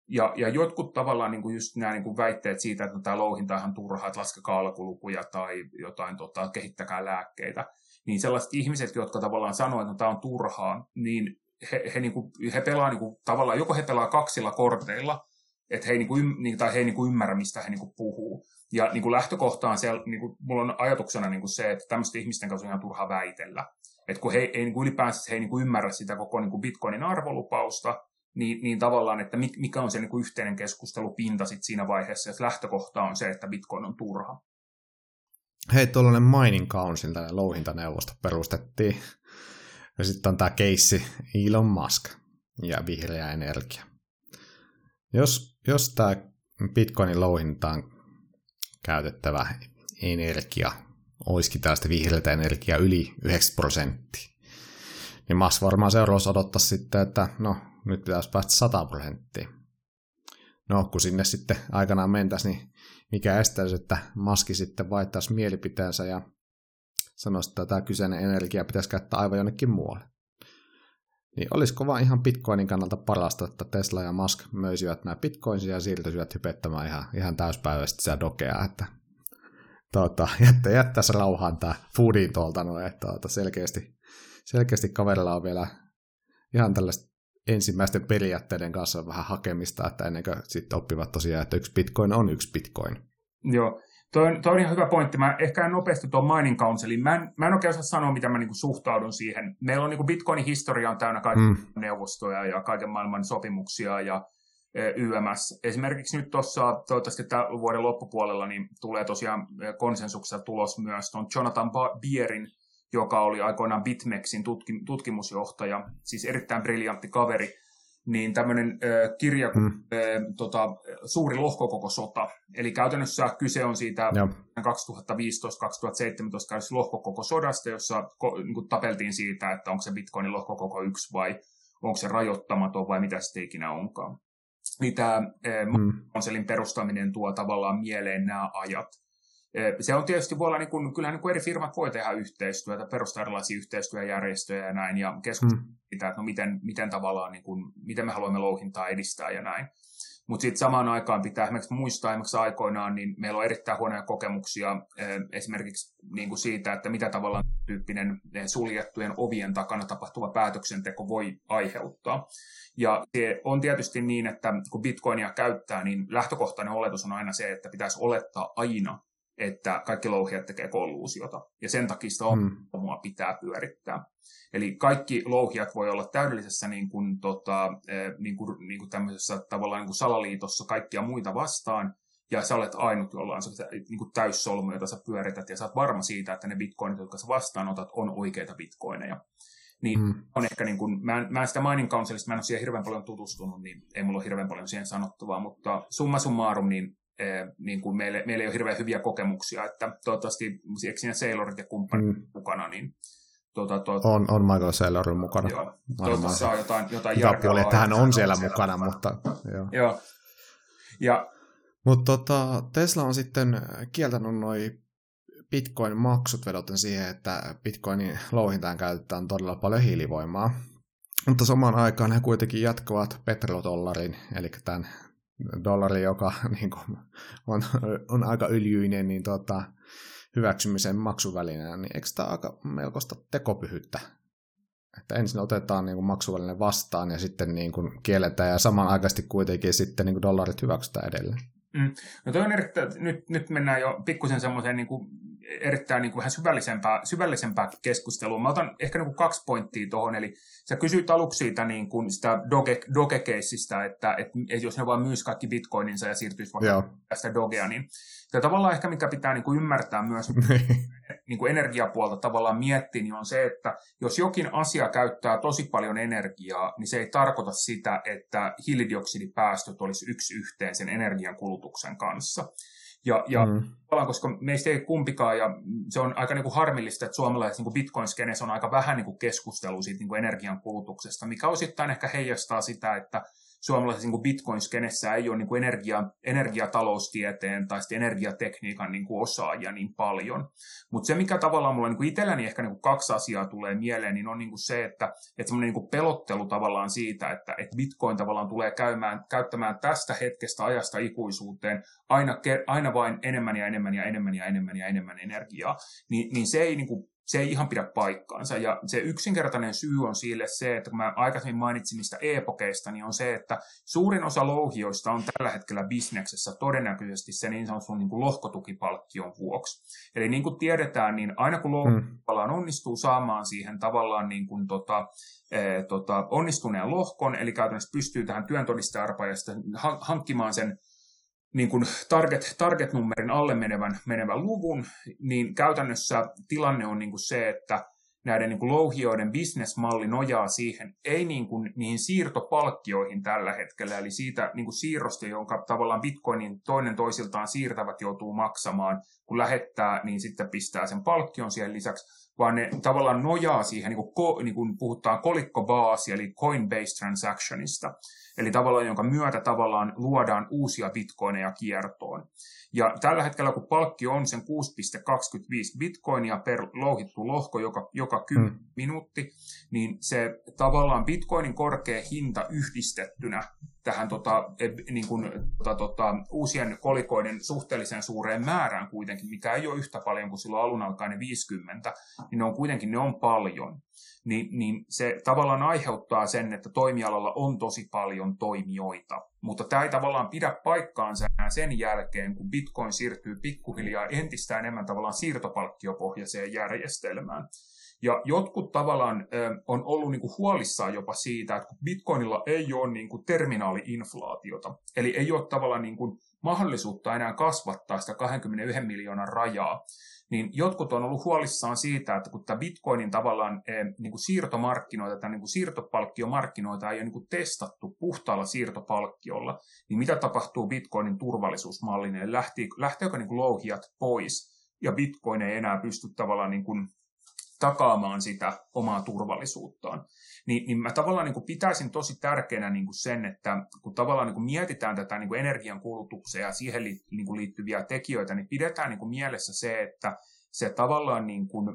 Ja jotkut tavallaan niin kuin just nämä niin kuin väitteet siitä, että tämä louhinta on ihan turhaa, että laskekaa alkulukuja tai jotain, kehittäkää lääkkeitä, niin sellaiset ihmiset, jotka tavallaan sanoo, että tämä on turhaa, niin he pelaa niin kuin, tavallaan, joko he pelaa kaksilla korteilla, että he ei niin kuin ymmärrä, mistä he niin kuin puhuu. Ja niin kuin lähtökohta on siellä, niin kuin, mulla on ajatuksena niin kuin se, että tämmöisten ihmisten kanssa on ihan turha väitellä. Että kun he ei niin kuin ylipäänsä he ei niin kuin ymmärrä sitä koko niin kuin Bitcoinin arvolupausta, niin tavallaan, että mikä on se niin kuin yhteinen keskustelupinta sit siinä vaiheessa, että lähtökohta on se, että Bitcoin on turha. Hei, tuollainen Mining Council, tällainen louhintaneuvosto perustettiin. Ja sitten on tämä keissi Elon Musk ja vihreä energia. Jos tämä Bitcoinin louhintaan käytettävä energia olisikin tällaista vihreätä energiaa yli 9%, niin Musk varmaan seuraavaksi odottaa sitten, että no, nyt pitäisi päästä 100%. No, kun sinne sitten aikanaan mentäisiin, niin mikä estäisi, että Musk sitten vaihtaisi mielipiteensä ja sanoisi, että tämä kyseinen energia pitäisi käyttää aivan jonnekin muualle. niin olisiko vaan ihan Bitcoinin kannalta parasta, että Tesla ja Musk möisivät nämä Bitcoinsia ja siirtyisivät hypettämään ihan täyspäiväisesti sitä Dogea, että jättäisi rauhaan tämä foodin tuolta, että selkeästi kaverilla on vielä ihan tällaista ensimmäisten periaatteiden kanssa vähän hakemista, että ennen kuin sitten oppivat tosiaan, että yksi Bitcoin on yksi Bitcoin. Joo, toi on ihan hyvä pointti. Mä ehkä nopeasti tuon Mining Councilin. Mä en oikein osaa sanoa, mitä mä niinku suhtaudun siihen. Meillä on niinku Bitcoinin historia on täynnä kaikkia neuvostoja ja kaiken maailman sopimuksia ja YMS. Esimerkiksi nyt tuossa, toivottavasti tämän vuoden loppupuolella, niin tulee tosiaan konsensuksessa tulos myös tuon Jonathan Bierin, joka oli aikoinaan BitMEXin tutkimusjohtaja, siis erittäin briljantti kaveri, niin tämmöinen kirja kuin Suuri lohkokokosota. Eli käytännössä kyse on siitä 2015-2017 käydystä lohkokokosodasta, jossa niin tapeltiin siitä, että onko se Bitcoinin lohkokoko 1 vai onko se rajoittamaton vai mitä sitten ikinä onkaan. Niin tämä konselin perustaminen tuo tavallaan mieleen nämä ajat. Se on tietysti voi olla, kyllähän niin kuin eri firmat voi tehdä yhteistyötä, perustaa erilaisia yhteistyöjärjestöjä ja näin, ja keskustella siitä, että no miten tavallaan, miten me haluamme louhintaa edistää ja näin. Mutta sitten samaan aikaan pitää esimerkiksi muistaa, aikoinaan, niin meillä on erittäin huonoja kokemuksia esimerkiksi niin kuin siitä, että mitä tavallaan tyyppinen suljettujen ovien takana tapahtuva päätöksenteko voi aiheuttaa. Ja se on tietysti niin, että kun Bitcoinia käyttää, niin lähtökohtainen oletus on aina se, että pitäisi olettaa aina, että kaikki louhijat tekee kolluusiota, ja sen takia sitä omua pitää pyörittää. Eli kaikki louhijat voi olla täydellisessä niin kuin tämmöisessä tavallaan niin kuin salaliitossa kaikkia muita vastaan, ja sä olet ainut, jolla on se niin kuin täyssolmu, jota sä pyörität, ja sä oot varma siitä, että ne bitcoinit, jotka sä vastaanotat, on oikeita bitcoineja. Niin on ehkä niin kuin, mä sitä Mining Councilista, mä en ole siihen hirveän paljon tutustunut, niin ei mulla ole hirveän paljon siihen sanottavaa, mutta summa summarum, niin kuin meillä ei ole hirveän hyviä kokemuksia, että toivottavasti eikö siinä Saylorit ja kumppanit mukana, niin on Michael Saylorin mukana. Joo, toivottavasti saa jotain järkeä. Että hän on siellä mukana, mutta joo. Mutta Tesla on sitten kieltänyt noi Bitcoin-maksut vedoten siihen, että Bitcoinin louhintaan käytetään todella paljon hiilivoimaa. Mutta samaan aikaan he kuitenkin jatkavat petrodollarin, eli tämän dollari, joka niin kuin, on aika öljyinen, niin hyväksymisen maksuvälineenä, niin eikö tämä aika melkoista tekopyhyyttä? Että ensin otetaan niin kuin maksuväline vastaan ja sitten niin kuin kielletään ja samanaikaisesti kuitenkin sitten niin kuin dollarit hyväksytään edelleen. No toi on erittäin, nyt mennään jo pikkusen semmoiseen niin kuin erittäin niin kuin ihan syvällisempää keskustelua. Mä otan ehkä niin kuin 2 pointtia tuohon, eli sä kysyit aluksi siitä, niin kuin sitä Doge-keissistä, että jos ne vaan myys kaikki bitcoininsa ja siirtyisi vaikka tästä Dogea, niin tämä tavallaan ehkä mikä pitää niin kuin ymmärtää myös niin kuin energiapuolta tavallaan miettiä, niin on se, että jos jokin asia käyttää tosi paljon energiaa, niin se ei tarkoita sitä, että hiilidioksidipäästöt olisi yksi yhteen sen energian kulutuksen kanssa. Ja koska meistä ei kumpikaan, ja se on aika niin kuin harmillista, että suomalaisessa niin Bitcoin-skenessä on aika vähän niin kuin keskustelua siitä niin kuin energian kulutuksesta, mikä osittain ehkä heijastaa sitä, että suomalaisessa niin Bitcoin-skenessä ei ole niin kuin energiataloustieteen tai energiatekniikan niin kuin osaajia niin paljon. Mutta se, mikä tavallaan mulla niin itselläni ehkä niin kuin 2 asiaa tulee mieleen, niin on niin kuin se, että semmoinen niin pelottelu tavallaan siitä, että Bitcoin tavallaan tulee käyttämään tästä hetkestä ajasta ikuisuuteen aina vain enemmän ja enemmän ja enemmän ja enemmän ja enemmän energiaa, niin se ei ihan pidä paikkaansa. Ja se yksinkertainen syy on sille se, että kun mä aikaisemmin mainitsin niistä epokeista, niin on se, että suurin osa louhijoista on tällä hetkellä bisneksessä todennäköisesti se niin sanotun niin kuin lohkotukipalkkion vuoksi. Eli niin kuin tiedetään, niin aina kun louhijat onnistuu saamaan siihen tavallaan niin kuin onnistuneen lohkon, eli käytännössä pystyy tähän työntodistaja-arpaajasta hankkimaan sen niin kuin target-nummerin alle menevän luvun, niin käytännössä tilanne on niin kuin se, että näiden niin kuin louhijoiden bisnesmalli nojaa siihen, ei niin kuin niihin siirtopalkkioihin tällä hetkellä, eli siitä niin kuin siirrosta, jonka tavallaan Bitcoinin toinen toisiltaan siirtävät joutuu maksamaan, kun lähettää, niin sitten pistää sen palkkion siihen lisäksi, vaan ne tavallaan nojaa siihen, niin kuin puhutaan kolikkobaasi, eli coin-based transactionista. eli tavallaan jonka myötä tavallaan luodaan uusia bitcoineja kiertoon. Ja tällä hetkellä, kun palkkio on sen 6,25 bitcoinia per louhittu lohko joka 10 minuutti, niin se tavallaan bitcoinin korkea hinta yhdistettynä tähän uusien kolikoiden suhteellisen suureen määrään kuitenkin, mikä ei ole yhtä paljon kuin silloin alun alkaen 50, niin ne on paljon. Niin se tavallaan aiheuttaa sen, että toimialalla on tosi paljon toimijoita. Mutta tämä ei tavallaan pidä paikkaansa sen jälkeen, kun Bitcoin siirtyy pikkuhiljaa entistä enemmän tavallaan siirtopalkkiopohjaiseen järjestelmään. Ja jotkut tavallaan on ollut niinku huolissaan jopa siitä, että kun Bitcoinilla ei ole niinku terminaali-inflaatiota, eli ei ole tavallaan niinku mahdollisuutta enää kasvattaa sitä 21 miljoonan rajaa, niin jotkut on ollut huolissaan siitä, että kun tämä Bitcoinin tavallaan niinku siirtomarkkinoita tai niinku siirtopalkkiomarkkinoita ei ole niinku testattu puhtaalla siirtopalkkiolla, niin mitä tapahtuu Bitcoinin turvallisuusmallinen? Lähteekö niinku louhijat pois ja Bitcoin ei enää pysty tavallaan niinku takaamaan sitä omaa turvallisuuttaan. Niin mä tavallaan niin kuin pitäisin tosi tärkeänä niin kuin sen, että kun tavallaan niin kuin mietitään tätä niin kuin energian kulutuksia ja siihen niin kuin liittyviä tekijöitä, niin pidetään niin kuin mielessä se, että se tavallaan niin kuin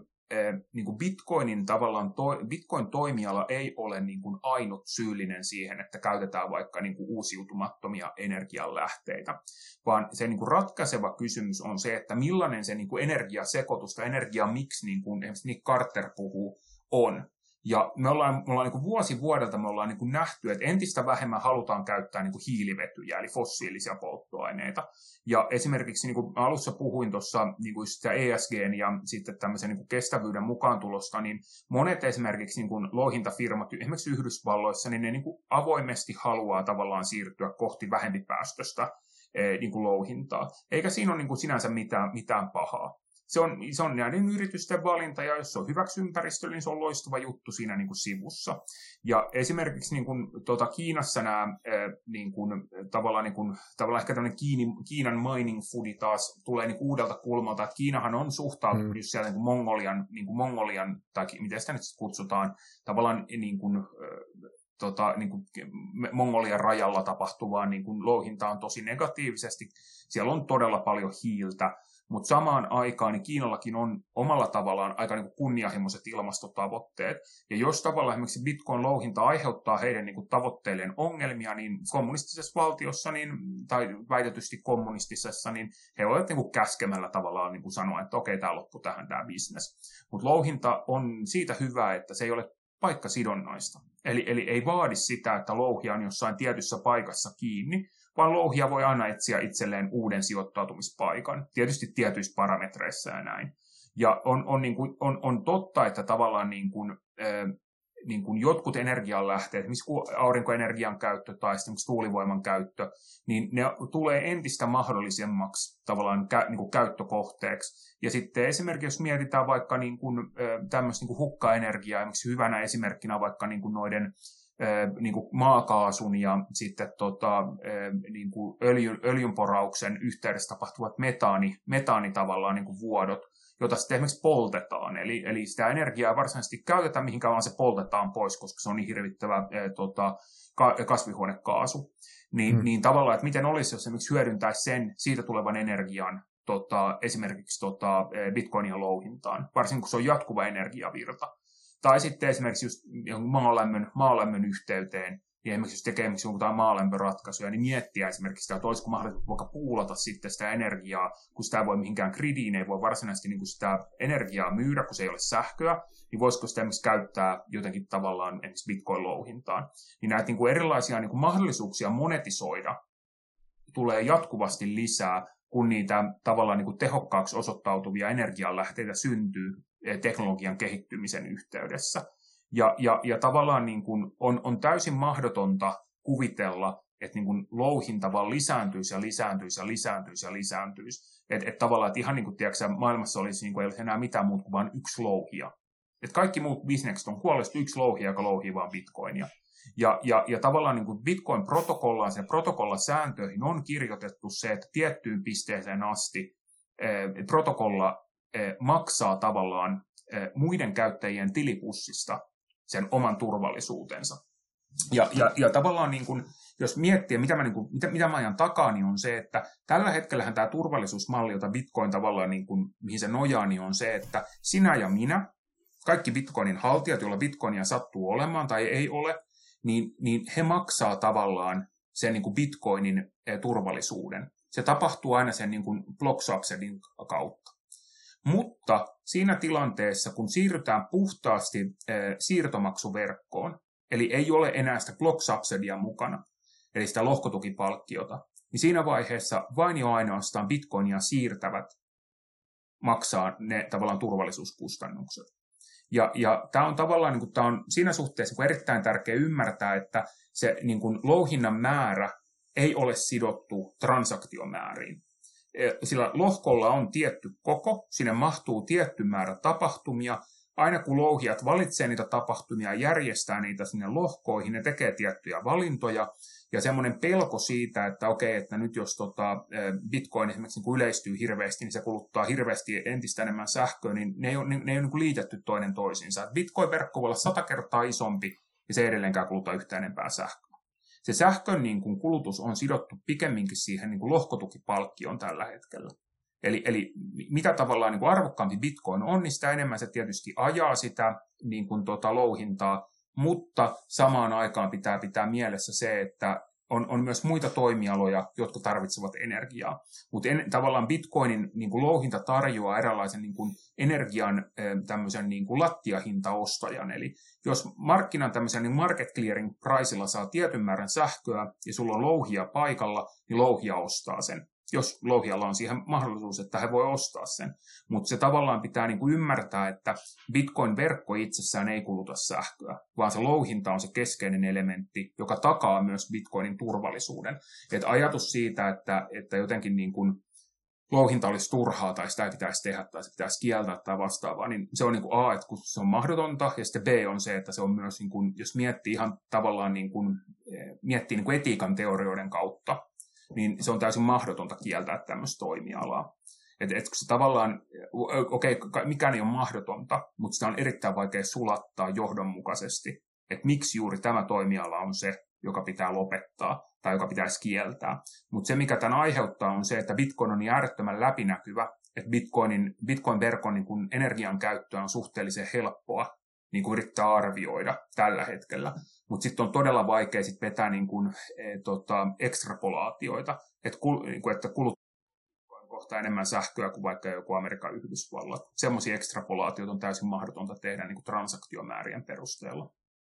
Bitcoinin tavallaan Bitcoin-toimiala ei ole niin kuin ainut syyllinen siihen, että käytetään vaikka niin kuin uusiutumattomia energianlähteitä, vaan se niin kuin ratkaiseva kysymys on se, että millainen se niin kuin energiasekoitus tai energiamix, niin kuin esimerkiksi Nick Carter puhuu, on. Ja me ollaan niin kuin vuosi vuodelta niin kuin nähty, että entistä vähemmän halutaan käyttää niin kuin hiilivetyjä, eli fossiilisia polttoaineita. Ja esimerkiksi niin kuin alussa puhuin tuossa niin kuin sitä ESGn ja sitten tämmöisen niin kuin kestävyyden mukaantulosta, niin monet esimerkiksi niin kuin louhintafirmat, esimerkiksi Yhdysvalloissa, niin ne niin kuin avoimesti haluaa tavallaan siirtyä kohti vähempipäästöistä niin kuin louhintaa. Eikä siinä ole niin kuin sinänsä mitään pahaa. Se on näiden yritysten valinta, ja jos se on hyväksi ympäristölle, niin se on loistava juttu siinä niin kuin sivussa. Ja esimerkiksi niin kuin, Kiinassa nämä niin kuin, tavallaan ehkä tämmöinen Kiinan mining foodi taas tulee niin kuin uudelta kulmalta, että Kiinahan on suhtautunut just siellä niin kuin Mongolian, tai miten sitä nyt kutsutaan, tavallaan niin kuin Mongolian rajalla tapahtuvaan niin kuin louhintaan tosi negatiivisesti. Siellä on todella paljon hiiltä. Mutta samaan aikaan niin Kiinallakin on omalla tavallaan aika niin kuin kunnianhimoiset ilmastotavoitteet. Ja jos tavallaan esimerkiksi Bitcoin-louhinta aiheuttaa heidän niin kuin tavoitteilleen ongelmia, niin kommunistisessa valtiossa tai väitetysti kommunistisessa, niin he voivat niin kuin käskemällä tavallaan niin kuin sanoa, että okei, tämä loppu tähän tämä bisnes. Mutta louhinta on siitä hyvä, että se ei ole paikkasidonnaista. Eli ei vaadi sitä, että louhija on jossain tietyssä paikassa kiinni, vaan louhija voi aina etsiä itselleen uuden sijoittautumispaikan, tietysti tietyissä parametreissa ja näin. Ja on totta, että tavallaan niin kuin jotkut energianlähteet, esimerkiksi aurinkoenergian käyttö tai esimerkiksi tuulivoiman käyttö, niin ne tulee entistä mahdollisemmaksi tavallaan niin kuin käyttökohteeksi. Ja sitten esimerkiksi, jos mietitään vaikka niin kuin, tämmöistä niin kuin hukkaenergiaa, esimerkiksi hyvänä esimerkkinä vaikka niin kuin noiden niin kuin maakaasun ja sitten niin kuin öljynporauksen yhteydessä tapahtuvat metaani tavallaan niin kuin vuodot, jota sitten esimerkiksi poltetaan. Eli sitä energiaa ei varsinaisesti käytetä mihinkään, vaan se poltetaan pois, koska se on niin hirvittävä kasvihuonekaasu. Niin tavallaan, että miten olisi, jos esimerkiksi hyödyntäisi siitä tulevan energian esimerkiksi Bitcoinin louhintaan, varsinkin kun se on jatkuva energiavirta. Tai sitten esimerkiksi just maalämmön yhteyteen, ja esimerkiksi jos tekee jotain maalämpöratkaisuja, niin miettiä esimerkiksi sitä, että olisiko mahdollista vaikka puulata sitten sitä energiaa, kun sitä ei voi mihinkään gridiin, ei voi varsinaisesti niin kuin sitä energiaa myydä, kun se ei ole sähköä, niin voisiko sitä esimerkiksi käyttää jotenkin tavallaan esimerkiksi Bitcoin-louhintaan. Niin näitä niin kuin erilaisia niin kuin mahdollisuuksia monetisoida tulee jatkuvasti lisää, kun niitä tavallaan niin kuin tehokkaaksi osoittautuvia energianlähteitä syntyy teknologian kehittymisen yhteydessä. Ja tavallaan niin kuin on täysin mahdotonta kuvitella, että niin kuin louhinta vaan lisääntyisi. Että tavallaan, että ihan niin kuin tiedätkö, maailmassa olisi, niin kuin, ei olisi enää mitään muuta kuin vain yksi louhija. Että kaikki muut bisnekset on huolellisesti yksi louhija, joka louhii vaan bitcoinia. Ja tavallaan niin kuin Bitcoin-protokollaan ja protokollasääntöihin on kirjoitettu se, että tiettyyn pisteeseen asti protokolla maksaa tavallaan muiden käyttäjien tilipussista sen oman turvallisuutensa. Ja tavallaan niin kuin, jos miettii, mitä mä ajan takaa, niin on se, että tällä hetkellähän tämä turvallisuusmalli, jota Bitcoin tavallaan, niin kuin, mihin se nojaa, niin on se, että sinä ja kaikki Bitcoinin haltijat, joilla Bitcoinia sattuu olemaan tai ei ole, niin he maksaa tavallaan sen niin kuin Bitcoinin turvallisuuden. Se tapahtuu aina sen niin kuin block subsidin kautta. Mutta siinä tilanteessa, kun siirrytään puhtaasti siirtomaksuverkkoon, eli ei ole enää sitä block subsidia mukana, eli sitä lohkotukipalkkiota, niin siinä vaiheessa vain ja ainoastaan Bitcoinia siirtävät maksaa ne tavallaan turvallisuuskustannukset. Ja tämä on tavallaan tämä on siinä suhteessa erittäin tärkeää ymmärtää, että se niin kuin louhinnan määrä ei ole sidottu transaktiomääriin. Sillä lohkolla on tietty koko, sinne mahtuu tietty määrä tapahtumia. Aina kun louhijat valitsee niitä tapahtumia ja järjestää niitä sinne lohkoihin, ne tekee tiettyjä valintoja. Ja semmoinen pelko siitä, että okei, että nyt jos Bitcoin esimerkiksi niin yleistyy hirveästi, niin se kuluttaa hirveästi entistä enemmän sähköä, niin ne ei ole niin kuin liitetty toinen toisiinsa. Bitcoin-verkko voi olla 100 kertaa isompi, ja se ei edelleenkään kuluta yhtään enempää sähköä. Se sähkön niin kuin kulutus on sidottu pikemminkin siihen niin kuin lohkotukipalkkioon tällä hetkellä. Eli mitä tavallaan niin kuin arvokkaampi Bitcoin on, niin sitä enemmän se tietysti ajaa sitä niin kuin louhintaa, mutta samaan aikaan pitää mielessä se, että on myös muita toimialoja, jotka tarvitsevat energiaa. Mutta tavallaan Bitcoinin niin kuin louhinta tarjoaa eräänlaisen niin kuin energian tämmöisen niin kuin lattiahintaostajan. Eli jos markkinan tämmöisen niin market clearing priceilla saa tietyn määrän sähköä ja sulla on louhija paikalla, niin louhija ostaa sen. Jos louhijalla on siihen mahdollisuus, että he voi ostaa sen. Mutta se tavallaan pitää niin kuin ymmärtää, että Bitcoin-verkko itsessään ei kuluta sähköä, vaan se louhinta on se keskeinen elementti, joka takaa myös Bitcoinin turvallisuuden. Et ajatus siitä, että jotenkin niin kuin louhinta olisi turhaa tai sitä ei pitäisi tehdä tai se pitäisi kieltää tai vastaavaa, niin se on niin kuin A, että kun se on mahdotonta, ja sitten B on se, että se on myös, niin kuin, jos miettii ihan tavallaan niin kuin, miettii niin kuin etiikan teorioiden kautta, niin se on täysin mahdotonta kieltää tämmöistä toimialaa. Että se tavallaan, mikään ei ole mahdotonta, mutta sitä on erittäin vaikea sulattaa johdonmukaisesti, että miksi juuri tämä toimiala on se, joka pitää lopettaa tai joka pitäisi kieltää. Mutta se, mikä tämän aiheuttaa, on se, että Bitcoin on äärettömän läpinäkyvä, että Bitcoin-verkon niin kun energian käyttöä on suhteellisen helppoa niin kuin yrittää arvioida tällä hetkellä. Mutta sitten on todella vaikea sit vetää niin kun, ekstrapolaatioita, että kulut kohtaa enemmän sähköä kuin vaikka joku Amerikan Yhdysvallat. Semmoisia ekstrapolaatioita on täysin mahdotonta tehdä niin kuin transaktiomäärien perusteella.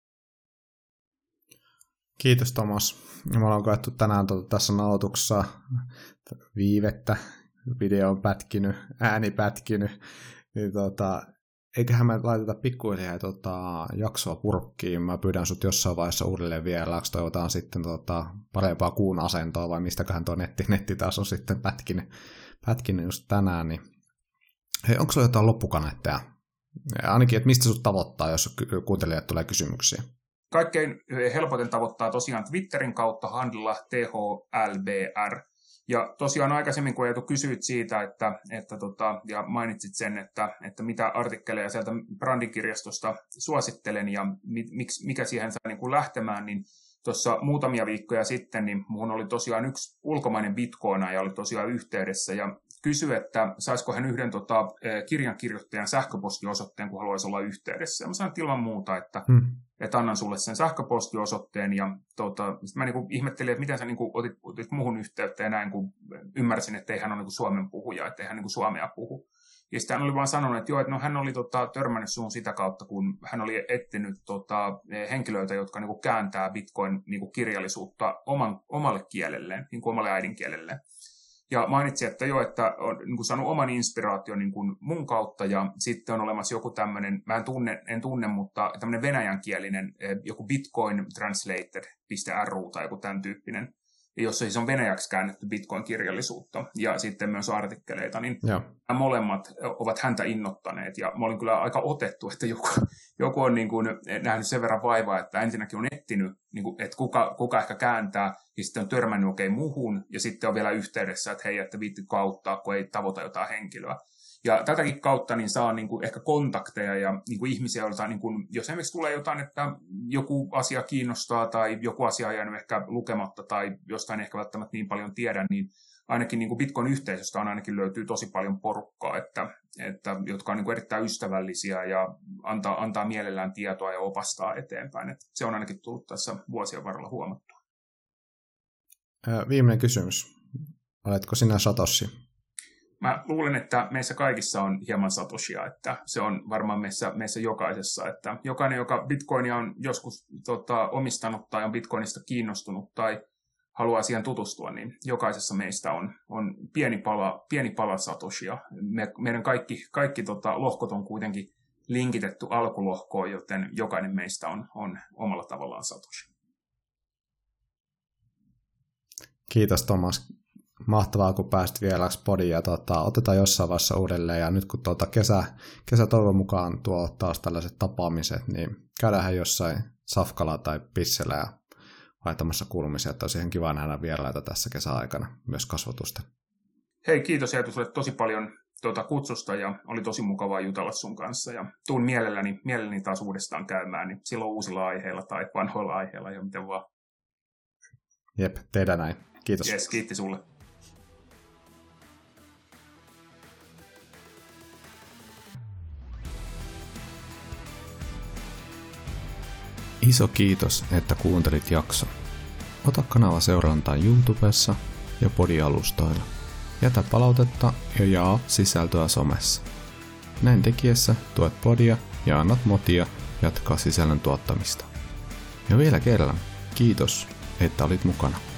Kiitos Tomas. Me ollaan koettu tänään tässä nautuksessa viivettä, video on pätkinyt, ääni pätkinyt, niin eiköhän me laiteta pikkuhiljaa jaksoa purkkiin. Mä pyydän sut jossain vaiheessa uudelleen vieraaksi. Toivotaan sitten parempaa kuun asentoa, vai mistäköhän tuo netti taas on sitten pätkinyt just tänään. Niin. Hei, onko sulla jotain loppukaneetteja? Ainakin, että mistä sut tavoittaa, jos kuuntelijat tulee kysymyksiä? Kaikkein helpoiten tavoittaa tosiaan Twitterin kautta handlella THLBR. Ja tosiaan aikaisemmin, kun Eetu kysyit siitä, ja mainitsit sen, että mitä artikkeleja sieltä Brandikirjastosta suosittelen ja mikä siihen saa niin kuin lähtemään, niin tuossa muutamia viikkoja sitten, niin muun oli tosiaan yksi ulkomainen bitcoinaja oli tosiaan yhteydessä ja kysyi, että saisiko hän yhden kirjankirjoittajan sähköpostiosoitteen, kun haluaisi olla yhteydessä. Ja mä sanoin ilman muuta, että annan sulle sen sähköpostiosoitteen. Ja sitten mä niin ihmettelin, että miten sä niin otit muuhun yhteyttä ja näin, kun ymmärsin, että ei hän ole niin suomen puhuja, että ei hän niin suomea puhu. Ja sitten hän oli vaan sanonut, että joo, että hän oli törmännyt suun sitä kautta, kun hän oli etsinyt henkilöitä, jotka niin kääntää Bitcoin-kirjallisuutta omalle kielelleen, niin omalle äidinkielelleen. Ja mainitsin, että joo, että on niin saanut oman inspiraation niin mun kautta, ja sitten on olemassa joku tämmöinen, mä en tunne, mutta tämmöinen venäjänkielinen, joku Bitcoin Translated.ru tai joku tämän tyyppinen, jossa siis on venäjäksi käännetty Bitcoin-kirjallisuutta ja sitten myös artikkeleita, niin nämä molemmat ovat häntä innottaneet, ja mä olin kyllä aika otettu, että joku on niin kuin nähnyt sen verran vaivaa, että ensinnäkin on etsinyt, niin kuin, että kuka ehkä kääntää, ja sitten on törmännyt muuhun, ja sitten on vielä yhteydessä, että hei, että viittikö auttaa, kun ei tavoita jotain henkilöä. Ja tätäkin kautta niin saa niin kuin ehkä kontakteja ja niin kuin ihmisiä, joilta, niin kuin, jos esimerkiksi tulee jotain, että joku asia kiinnostaa tai joku asia on jäänyt ehkä lukematta tai jostain ehkä välttämättä niin paljon tiedä, niin ainakin niin kuin Bitcoin-yhteisöstä ainakin löytyy tosi paljon porukkaa, jotka on niin kuin erittäin ystävällisiä ja antaa mielellään tietoa ja opastaa eteenpäin. Et se on ainakin tullut tässä vuosien varrella huomattua. Viimeinen kysymys. Oletko sinä Satoshi? Mä luulen, että meissä kaikissa on hieman Satoshia, että se on varmaan meissä jokaisessa, että jokainen, joka Bitcoinia on joskus omistanut tai on Bitcoinista kiinnostunut tai haluaa siihen tutustua, niin jokaisessa meistä on pieni pala Satoshia. Meidän kaikki lohkot on kuitenkin linkitetty alkulohkoon, joten jokainen meistä on omalla tavallaan Satoshi. Kiitos Tomas. Mahtavaa, kun pääsit vieraksi podiin ja otetaan jossain vaiheessa uudelleen. Ja nyt kun kesä toivon mukaan tuo taas tällaiset tapaamiset, niin käydään jossain safkalla tai pissellä ja vaihtamassa kuulumisia, että olisi ihan kiva nähdä vieraita tässä kesäaikana, myös kasvatusta. Hei, kiitos Eetu sulle tosi paljon kutsusta ja oli tosi mukavaa jutella sun kanssa. Ja tuun mielelläni taas uudestaan käymään, niin silloin uusilla aiheilla tai vanhoilla aiheilla ja miten vaan. Jep, tehdään näin. Kiitos. Yes, kiitti sulle. Iso kiitos, että kuuntelit jakson. Ota kanava seurantaan YouTubessa ja podialustoilla. Jätä palautetta ja jaa sisältöä somessa. Näin tekiessä tuet podia ja annat motia jatkaa sisällön tuottamista. Ja vielä kerran, kiitos, että olit mukana.